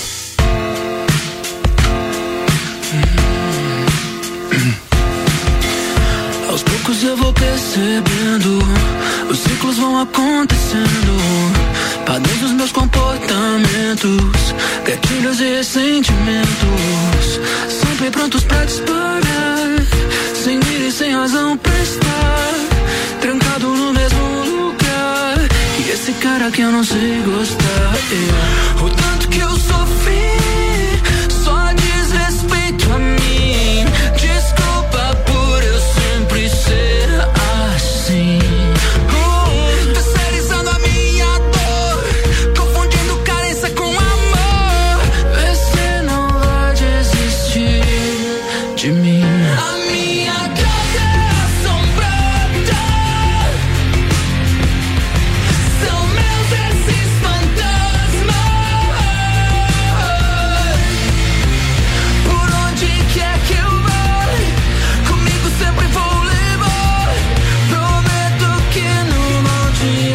Aos poucos eu vou percebendo, os ciclos vão acontecendo. Adeus os meus comportamentos, gatilhos e ressentimentos, sempre prontos pra disparar, sem mira e sem razão pra estar trancado no mesmo lugar. E esse cara que eu não sei gostar, o tanto que eu sofri só diz respeito a mim. Desculpa por eu sempre ser assim. Terceirizando a minha dor, confundindo carência com amor. Você não vai desistir de mim. A minha casa é assombrada, são meus esses fantasmas. Por onde quer que eu vá, comigo sempre vou levar. Prometo que não vou te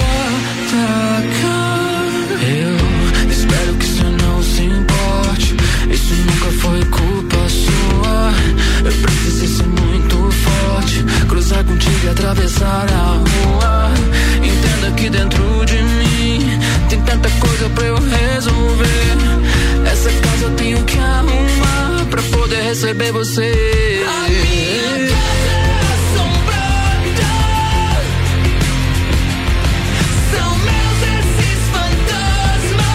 atacar. Eu espero que isso não se importe, isso nunca foi culpa sua. Eu precisei ser muito forte, cruzar contigo e atravessar a rua. Entenda que dentro de mim tem tanta coisa pra eu resolver. Essa casa eu tenho que arrumar pra poder receber você. A minha casa é assombrada, são meus esses fantasmas.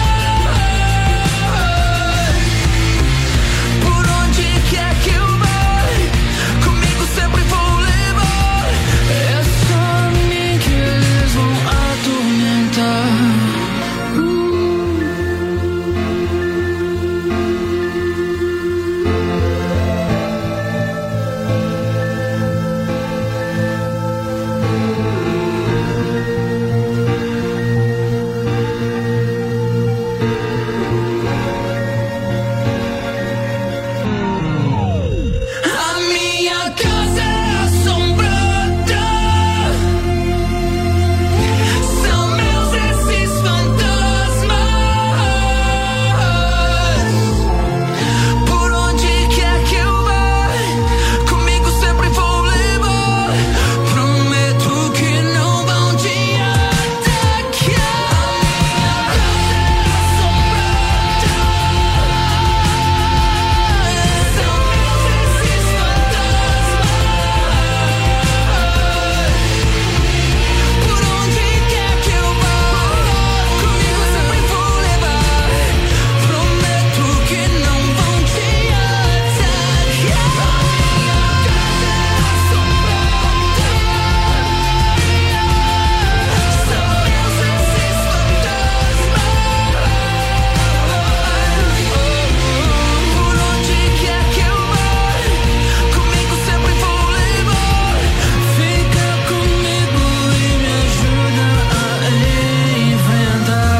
Por onde quer que eu vá, comigo sempre vou levar. É só mim que eles vão atormentar. A minha casa é assombrada, são meus esses fantasmas. Por onde quer que eu vá, comigo sempre vou levar. Prometo que não vão te atacar. A minha casa é assombrada, são meus esses fantasmas. Por onde quer que eu vá, comigo sempre vou levar. Prometo que não vão te atacar. A minha casa é assombrada, são meus esses fantasmas. Por onde quer que eu vá, comigo sempre vou levar. Fica comigo e me ajuda a enfrentar.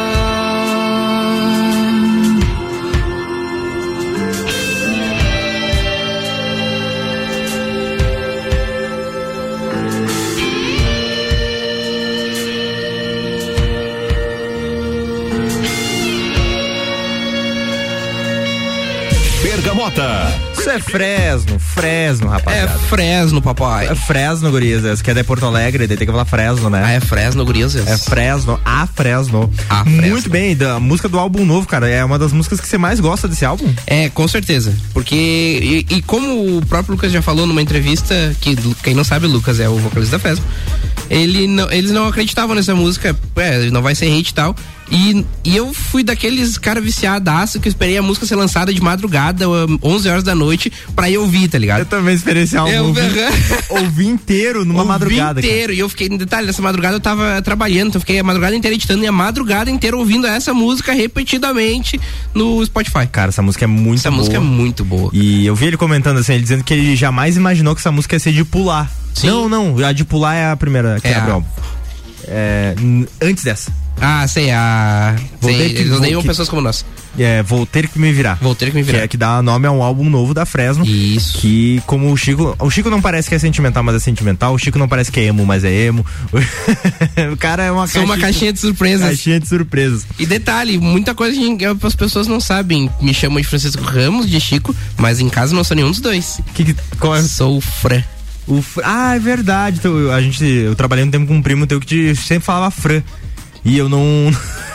Bergamota. Isso é Fresno, rapaziada. É Fresno, papai. É Fresno, gurias, que é de Porto Alegre, daí tem que falar Fresno, né? Ah, é Fresno, gurias. É Fresno, a Fresno. Muito bem, da música do álbum novo, cara, é uma das músicas que você mais gosta desse álbum? É, com certeza, porque e como o próprio Lucas já falou numa entrevista, que quem não sabe, o Lucas é o vocalista da Fresno, eles não acreditavam nessa música, não vai ser hit e tal. E eu fui daqueles cara viciadaço que eu esperei a música ser lançada de madrugada, 11 horas da noite, pra ir ouvir, tá ligado? Eu também esperei esse álbum. Ouvi inteiro numa madrugada. Inteiro. Cara. E eu fiquei, no detalhe, nessa madrugada eu tava trabalhando, então eu fiquei a madrugada inteira editando e a madrugada inteira ouvindo essa música repetidamente no Spotify. Cara, essa música é muito boa. Essa música é muito boa. E eu vi ele comentando assim, ele dizendo que ele jamais imaginou que essa música ia ser de pular. Sim. Não, a de pular é a primeira que abre o álbum. Antes dessa. Ah, sei, eles odeiam pessoas como nós. Vou ter que me virar. Vou ter que me virar. Que dá nome a um álbum novo da Fresno. Isso. Que, como o Chico não parece que é sentimental, mas é sentimental. O Chico não parece que é emo, mas é emo. O cara é uma caixinha de surpresas. Caixinha de surpresas. E detalhe, muita coisa que as pessoas não sabem. Me chamam de Francisco Ramos, de Chico, mas em casa não sou nenhum dos dois. Qual é? Sou o Fran. É verdade. Eu trabalhei um tempo com um primo teu que sempre falava Fran. E eu não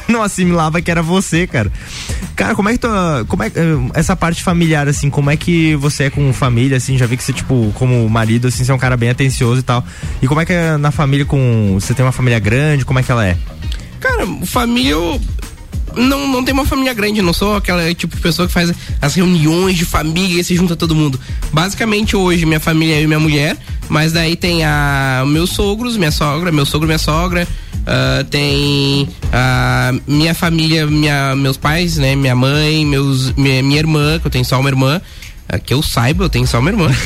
não assimilava que era você, cara. Cara, como é que essa parte familiar, assim, como é que você é com família, assim, já vi que você, tipo, como marido, assim, você é um cara bem atencioso e tal. E como é que é na família você tem uma família grande, como é que ela é? Cara, família, não tem uma família grande, não sou aquela tipo de pessoa que faz as reuniões de família e se junta todo mundo. Basicamente hoje minha família é eu e minha mulher, mas daí tem meus sogros, minha sogra, tem a minha família, meus pais, né, minha mãe, minha irmã, que eu tenho só uma irmã, que eu saiba, eu tenho só uma irmã.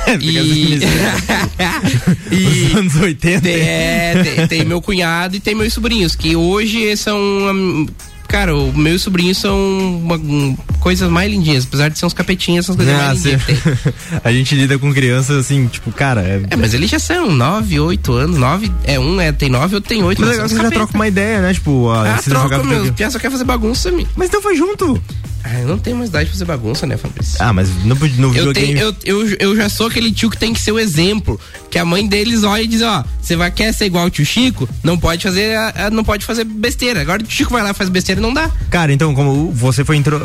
Os anos 80. Tem meu cunhado e tem meus sobrinhos, que hoje são... Cara, os meus sobrinhos são coisas mais lindinhas, apesar de ser uns capetinhas, essas coisas mais lindinhas que tem. A gente lida com crianças assim, tipo, cara... mas eles já são 9, 8 anos, 9, tem 9, outro tem 8. Mas legal que você já troca uma ideia, né? Tipo, troca, meu, o só quer fazer bagunça, meu. Mas então foi junto. Eu não tenho mais idade de fazer bagunça, né, Fabrício? Mas no videogame... Eu já sou aquele tio que tem que ser o exemplo, que a mãe deles olha e diz, você quer ser igual o tio Chico? Não pode fazer besteira. Agora o tio Chico vai lá e faz besteira e não dá. Cara, então, como você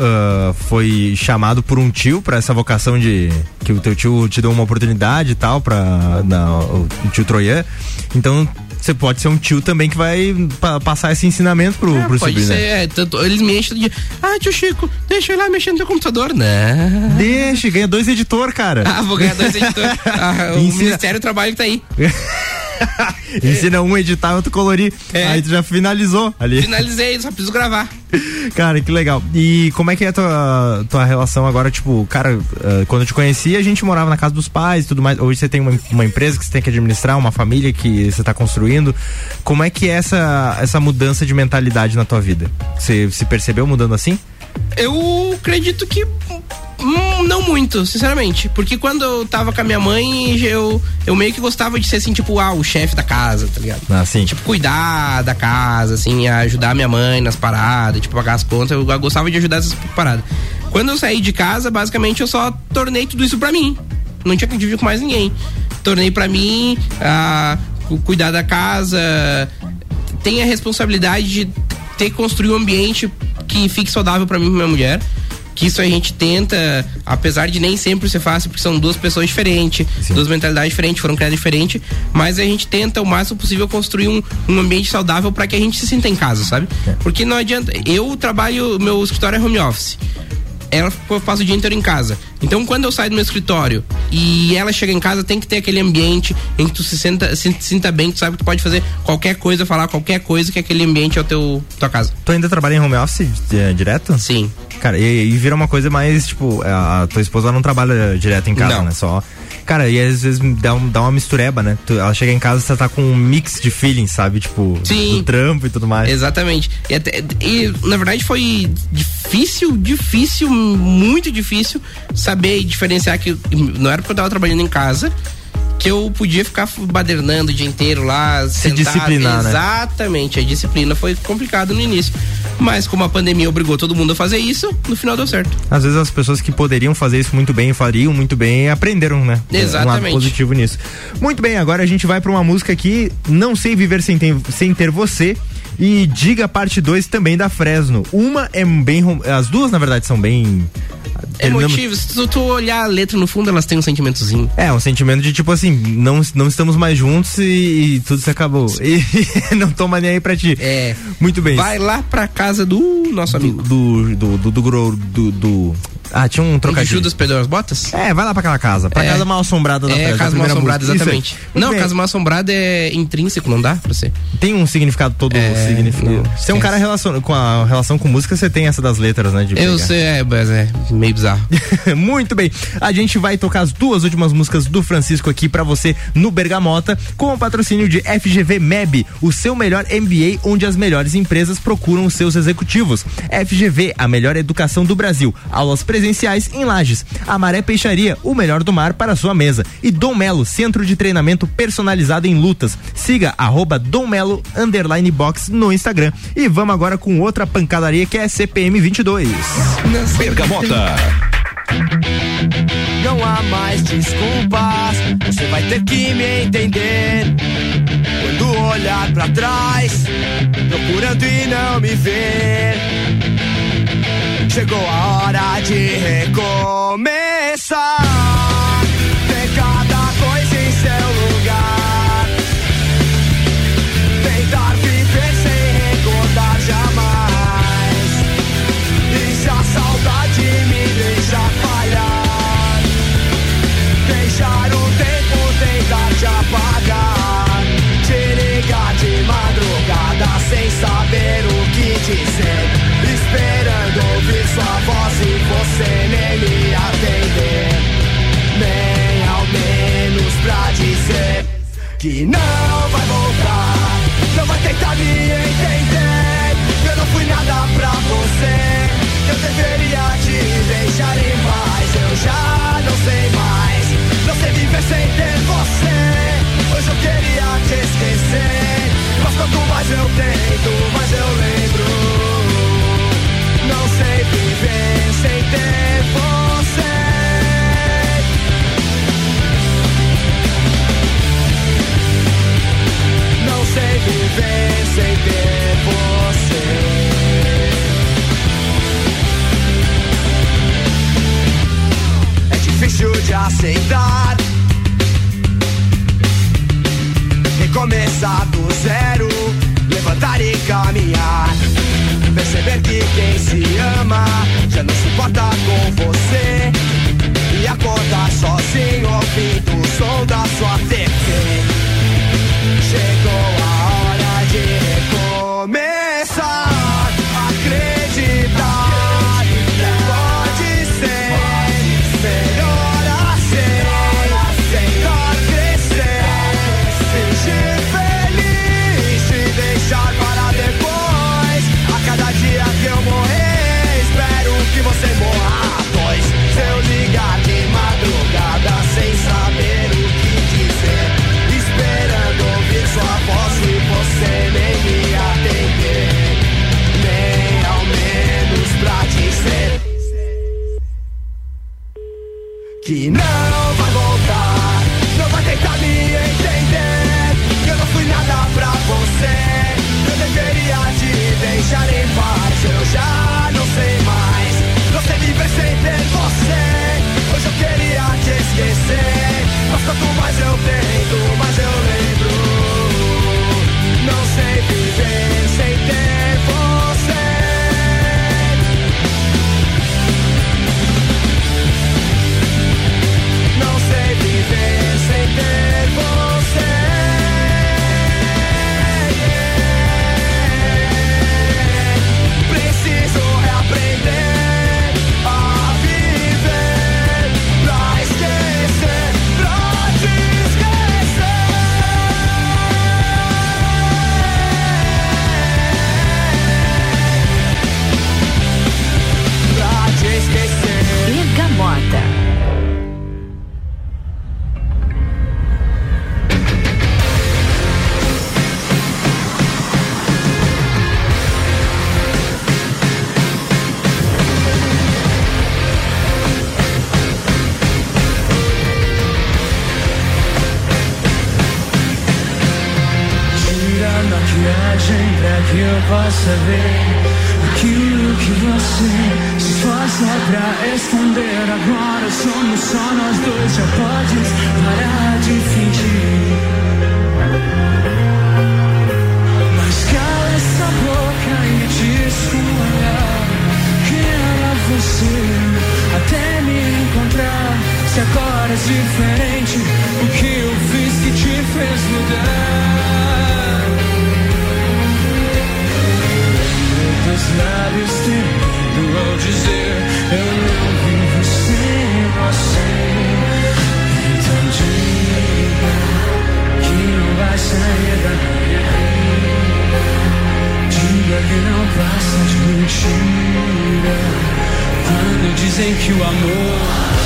foi chamado por um tio pra essa vocação que o teu tio te deu uma oportunidade e tal, o tio Troian, então... Você pode ser um tio também que vai passar esse ensinamento pro sobrinho. Pode ser, tanto, eles me enchem de tio Chico, deixa eu ir lá mexendo no teu computador, né? Deixa, ganha 2 editor, cara. Vou ganhar 2 editor. O Ministério do Trabalho que tá aí. Ensina um editar, outro colorir. Aí tu já finalizou ali. Finalizei, só preciso gravar. Cara, que legal. E como é que é a tua relação agora? Tipo, cara, quando eu te conheci, a gente morava na casa dos pais e tudo mais. Hoje você tem uma empresa que você tem que administrar, uma família que você tá construindo. Como é que é essa mudança de mentalidade na tua vida? Você se percebeu mudando assim? Eu acredito que não muito, sinceramente, porque quando eu tava com a minha mãe, eu meio que gostava de ser assim, tipo, o chefe da casa, tá ligado? Sim. Tipo, cuidar da casa, assim, ajudar minha mãe nas paradas, tipo, pagar as contas, eu gostava de ajudar essas paradas. Quando eu saí de casa, basicamente eu só tornei tudo isso pra mim, não tinha que dividir com mais ninguém, tornei pra mim, cuidar da casa, tem a responsabilidade de construir um ambiente que fique saudável pra mim e pra minha mulher. Que isso a gente tenta, apesar de nem sempre ser fácil, porque são duas pessoas diferentes, duas mentalidades diferentes, foram criadas diferentes, mas a gente tenta o máximo possível construir um ambiente saudável para que a gente se sinta em casa, sabe? Porque não adianta, eu trabalho, meu escritório é home office, eu passo o dia inteiro em casa, então quando eu saio do meu escritório e ela chega em casa, tem que ter aquele ambiente em que tu se sinta bem, tu sabe que tu pode fazer qualquer coisa, falar qualquer coisa, que aquele ambiente é tua casa. Tu ainda trabalha em home office direto? Sim. Cara, e vira uma coisa mais, tipo, a tua esposa não trabalha direto em casa, né? Só. Cara, e às vezes dá uma mistureba, né? Ela chega em casa e você tá com um mix de feelings, sabe? Tipo, do trampo e tudo mais. Exatamente. E na verdade foi difícil, muito difícil saber diferenciar que não era porque eu tava trabalhando em casa que eu podia ficar badernando o dia inteiro lá, se sentado, disciplinar, exatamente, né? A disciplina foi complicado no início, mas como a pandemia obrigou todo mundo a fazer isso, no final deu certo. Às vezes as pessoas que poderiam fazer isso muito bem, fariam muito bem, aprenderam, né? Exatamente. Um lado positivo nisso. Muito bem, agora a gente vai pra uma música aqui, Não Sei Viver Sem Ter Você, e Diga parte 2 também da Fresno. Uma é bem, as duas na verdade são bem emotivos. Se tu olhar a letra no fundo, elas têm um sentimentozinho. Um sentimento de tipo assim, não estamos mais juntos e tudo se acabou. E não toma nem aí pra ti. Muito bem. Vai lá pra casa do nosso amigo. Tinha um trocadilho. Judas perdeu as botas? Vai lá pra aquela casa. Pra casa mal assombrada da Fresno. Casa mal assombrada, exatamente. Não, casa mal assombrada é intrínseco, não dá pra ser. Tem um significado todo significado. Você é um cara com a relação com música, você tem essa das letras, né? Eu sei, mas é meio bizarro. Muito bem. A gente vai tocar as duas últimas músicas do Francisco aqui pra você no Bergamota, com o patrocínio de FGV MEB, o seu melhor MBA, onde as melhores empresas procuram os seus executivos. FGV, a melhor educação do Brasil. Aulas presenciais em Lages. Amaré Peixaria, o melhor do mar para a sua mesa. E Dom Melo, centro de treinamento personalizado em lutas. Siga @dommelo_box no Instagram. E vamos agora com outra pancadaria que é CPM 22. Bergamota. Não há mais desculpas, você vai ter que me entender. Quando olhar pra trás, procurando e não me ver. Chegou a hora de recomeçar. Ter cada coisa em seu lugar. Tentar viver sem recordar jamais. E se a saudade me deixa falhar, deixar o tempo tentar te apagar. Te ligar de madrugada sem saber o que dizer, esperando ouvir sua voz e você nem me atender, nem ao menos pra dizer que não vai voltar, não vai tentar me entender. Eu não fui nada pra você, eu deveria te deixar em paz. Eu já não sei mais, não sei viver sem ter você. Hoje eu queria te esquecer, mas quanto mais eu tento, mais eu lembro. Não sei viver sem ter você. Não sei viver sem ter você. É difícil de aceitar, recomeçar do zero, levantar e caminhar. Perceber que quem se ama já não se importa com você, e acordar sozinho ouvindo o som da sua TV. Chegou a hora de recomeçar, acreditar. Pode ser melhor assim, tentar crescer, fingir feliz, te deixar para depois. A cada dia que eu morrer, espero que você morra. Pois se eu ligar de madrugada sem saber o que dizer, esperando ouvir sua voz e você nem me atender, nem ao menos pra dizer que não vai voltar, não vai tentar me entender. Eu não fui nada pra você, eu deveria te deixar em paz. Eu já não sei mais, não sei viver sem ter você. Hoje eu queria te esquecer, mas quanto mais eu tento, mais eu lembro. Não sei viver sem ter você. Não sei viver sem ter você. Preciso reaprender a viver pra esquecer, pra te esquecer. Pra te esquecer. Bergamota. Tira a maquiagem pra que eu possa ver aquilo que você se esforça pra esconder. Agora somos só nós dois, já podes parar de fingir. Mas cala essa boca e me diz com um olhar que era você até me encontrar. Se agora é diferente, o que eu fiz que te fez mudar? Teus lábios tremendo ao dizer eu não vivo sem você. Então diga que não vai sair da minha vida. Diga que não passa de mentira quando dizem que o amor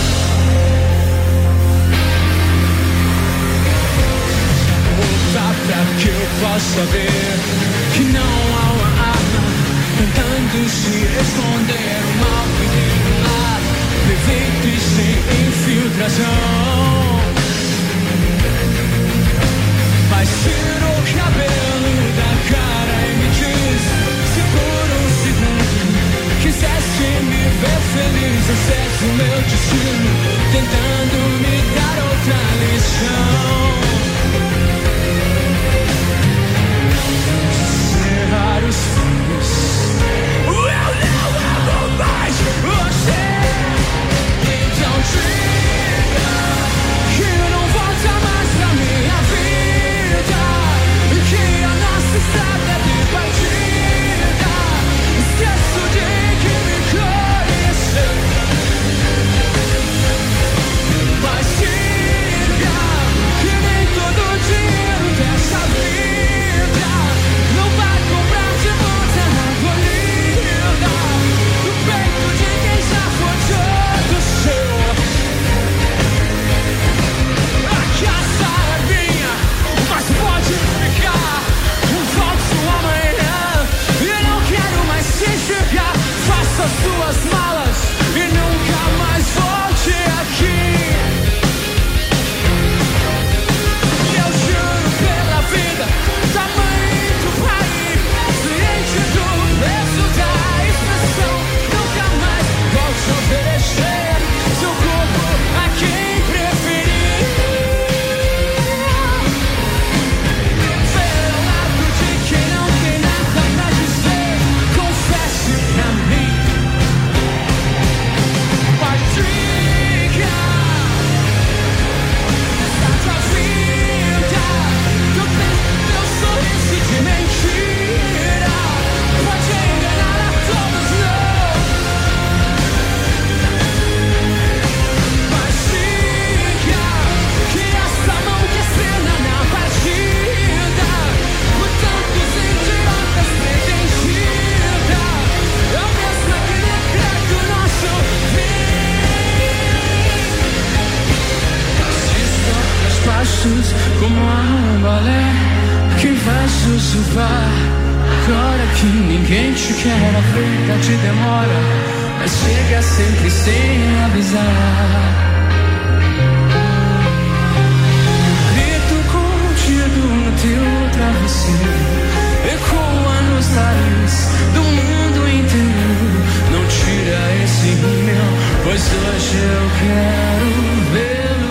volta pra que eu possa ver que não há uma arma tentando se esconder. O mal que lá, perfeito e sem infiltração. Mas tiro o cabelo meu destino, tentando me dar outra lição. Cerrar os filhos, eu não amo mais você. Então diga que não volta mais pra minha vida, que a nossa estrada é de partida. Esqueço de que me conheceu, mas diga que nem todo dinheiro dessa vida não vai comprar de volta a acolhida no peito de quem já foi todo seu. A casa é minha, mas pode ficar. Volto amanhã e não quero mais te enxergar. Faça suas malas e nunca mais volte aqui. Eu juro pela vida, tá muito pra ir. Ciente do preço da expressão, nunca mais volte a oferecer seu corpo a quem preferir. Pelo lado de quem não tem nada pra dizer, confesse pra mim. Mas diga essa tua vida, teu sorriso de mentira pode enganar a todos, não. Mas diga que essa mão que assina na partida por tantos idiotas pretendida é o mesmo que decreta o nosso fim. Se toca os passos como a um balé que vai sussurrar. Agora que ninguém te quer, a verdade demora, mas chega sempre sem avisar. Grito contido no teu travesseiro, ecoa nos lares do mundo inteiro. Não tira esse rímel, pois hoje eu quero vê-lo.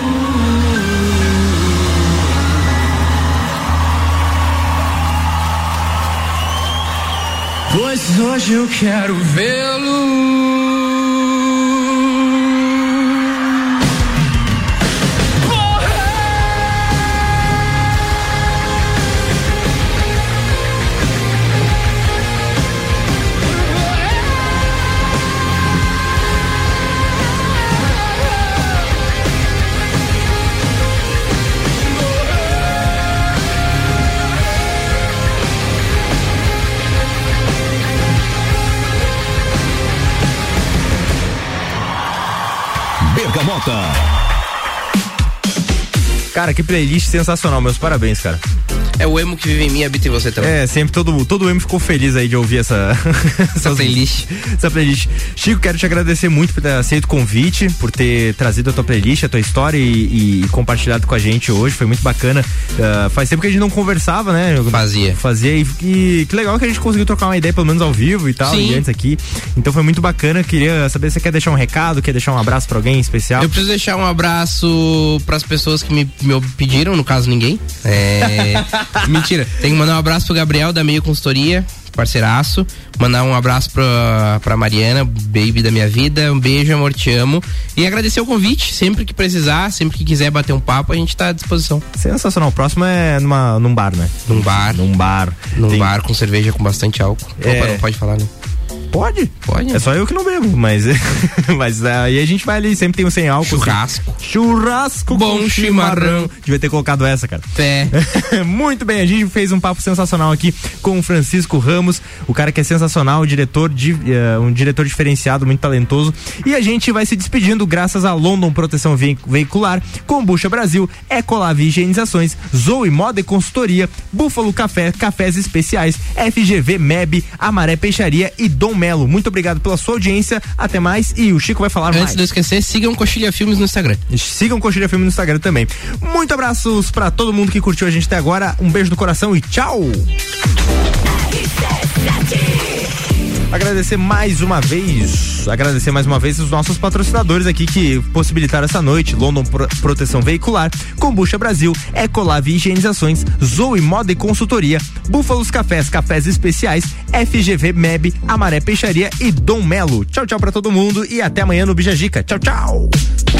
Pois hoje eu quero vê-lo. Bergamota. Cara, que playlist sensacional, meus parabéns, cara. É o emo que vive em mim, habita em você também. É, sempre todo emo ficou feliz aí de ouvir essa playlist. Essa playlist. Chico, quero te agradecer muito por ter aceito o convite, por ter trazido a tua playlist, a tua história e compartilhado com a gente hoje, foi muito bacana. Faz tempo que a gente não conversava, né? Fazia e que legal que a gente conseguiu trocar uma ideia, pelo menos ao vivo e tal, Sim. e antes aqui. Então foi muito bacana, queria saber se você quer deixar um recado, quer deixar um abraço pra alguém especial? Eu preciso deixar um abraço pras pessoas que me pediram, no caso ninguém. Mentira, tem que mandar um abraço pro Gabriel da Meio Consultoria, parceiraço. Mandar um abraço pra Mariana, baby da minha vida. Um beijo, amor, te amo. E agradecer o convite, sempre que precisar, sempre que quiser bater um papo, a gente tá à disposição. Sensacional. O próximo é num bar, né? Num bar com cerveja com bastante álcool. Opa, não pode falar, né? Pode. É só eu que não bebo, mas aí a gente vai ali, sempre tem um sem álcool. Churrasco bom chimarrão. Devia ter colocado essa, cara. Muito bem, a gente fez um papo sensacional aqui com o Francisco Ramos, o cara que é sensacional, um diretor diferenciado, muito talentoso. E a gente vai se despedindo graças a London Proteção Veicular, Kombucha Brasil, Ecolave Higienizações, Zoe Moda e Consultoria, Búfalo Café, Cafés Especiais, FGV MEB, Amaré Peixaria e Dom Melo. Muito obrigado pela sua audiência, até mais, e o Chico vai falar mais. Antes de eu esquecer, sigam Coxilha Filmes no Instagram. Sigam Coxilha Filmes no Instagram também. Muito abraços pra todo mundo que curtiu a gente até agora, um beijo no coração e tchau! Agradecer mais uma vez os nossos patrocinadores aqui que possibilitaram essa noite: London Proteção Veicular, Combucha Brasil, Ecolave Higienizações, Zoe Moda e Consultoria, Búfalos Cafés, Cafés Especiais, FGV MEB, Amaré Peixaria e Dom Melo. Tchau, tchau pra todo mundo e até amanhã no Bijagica. Tchau, tchau.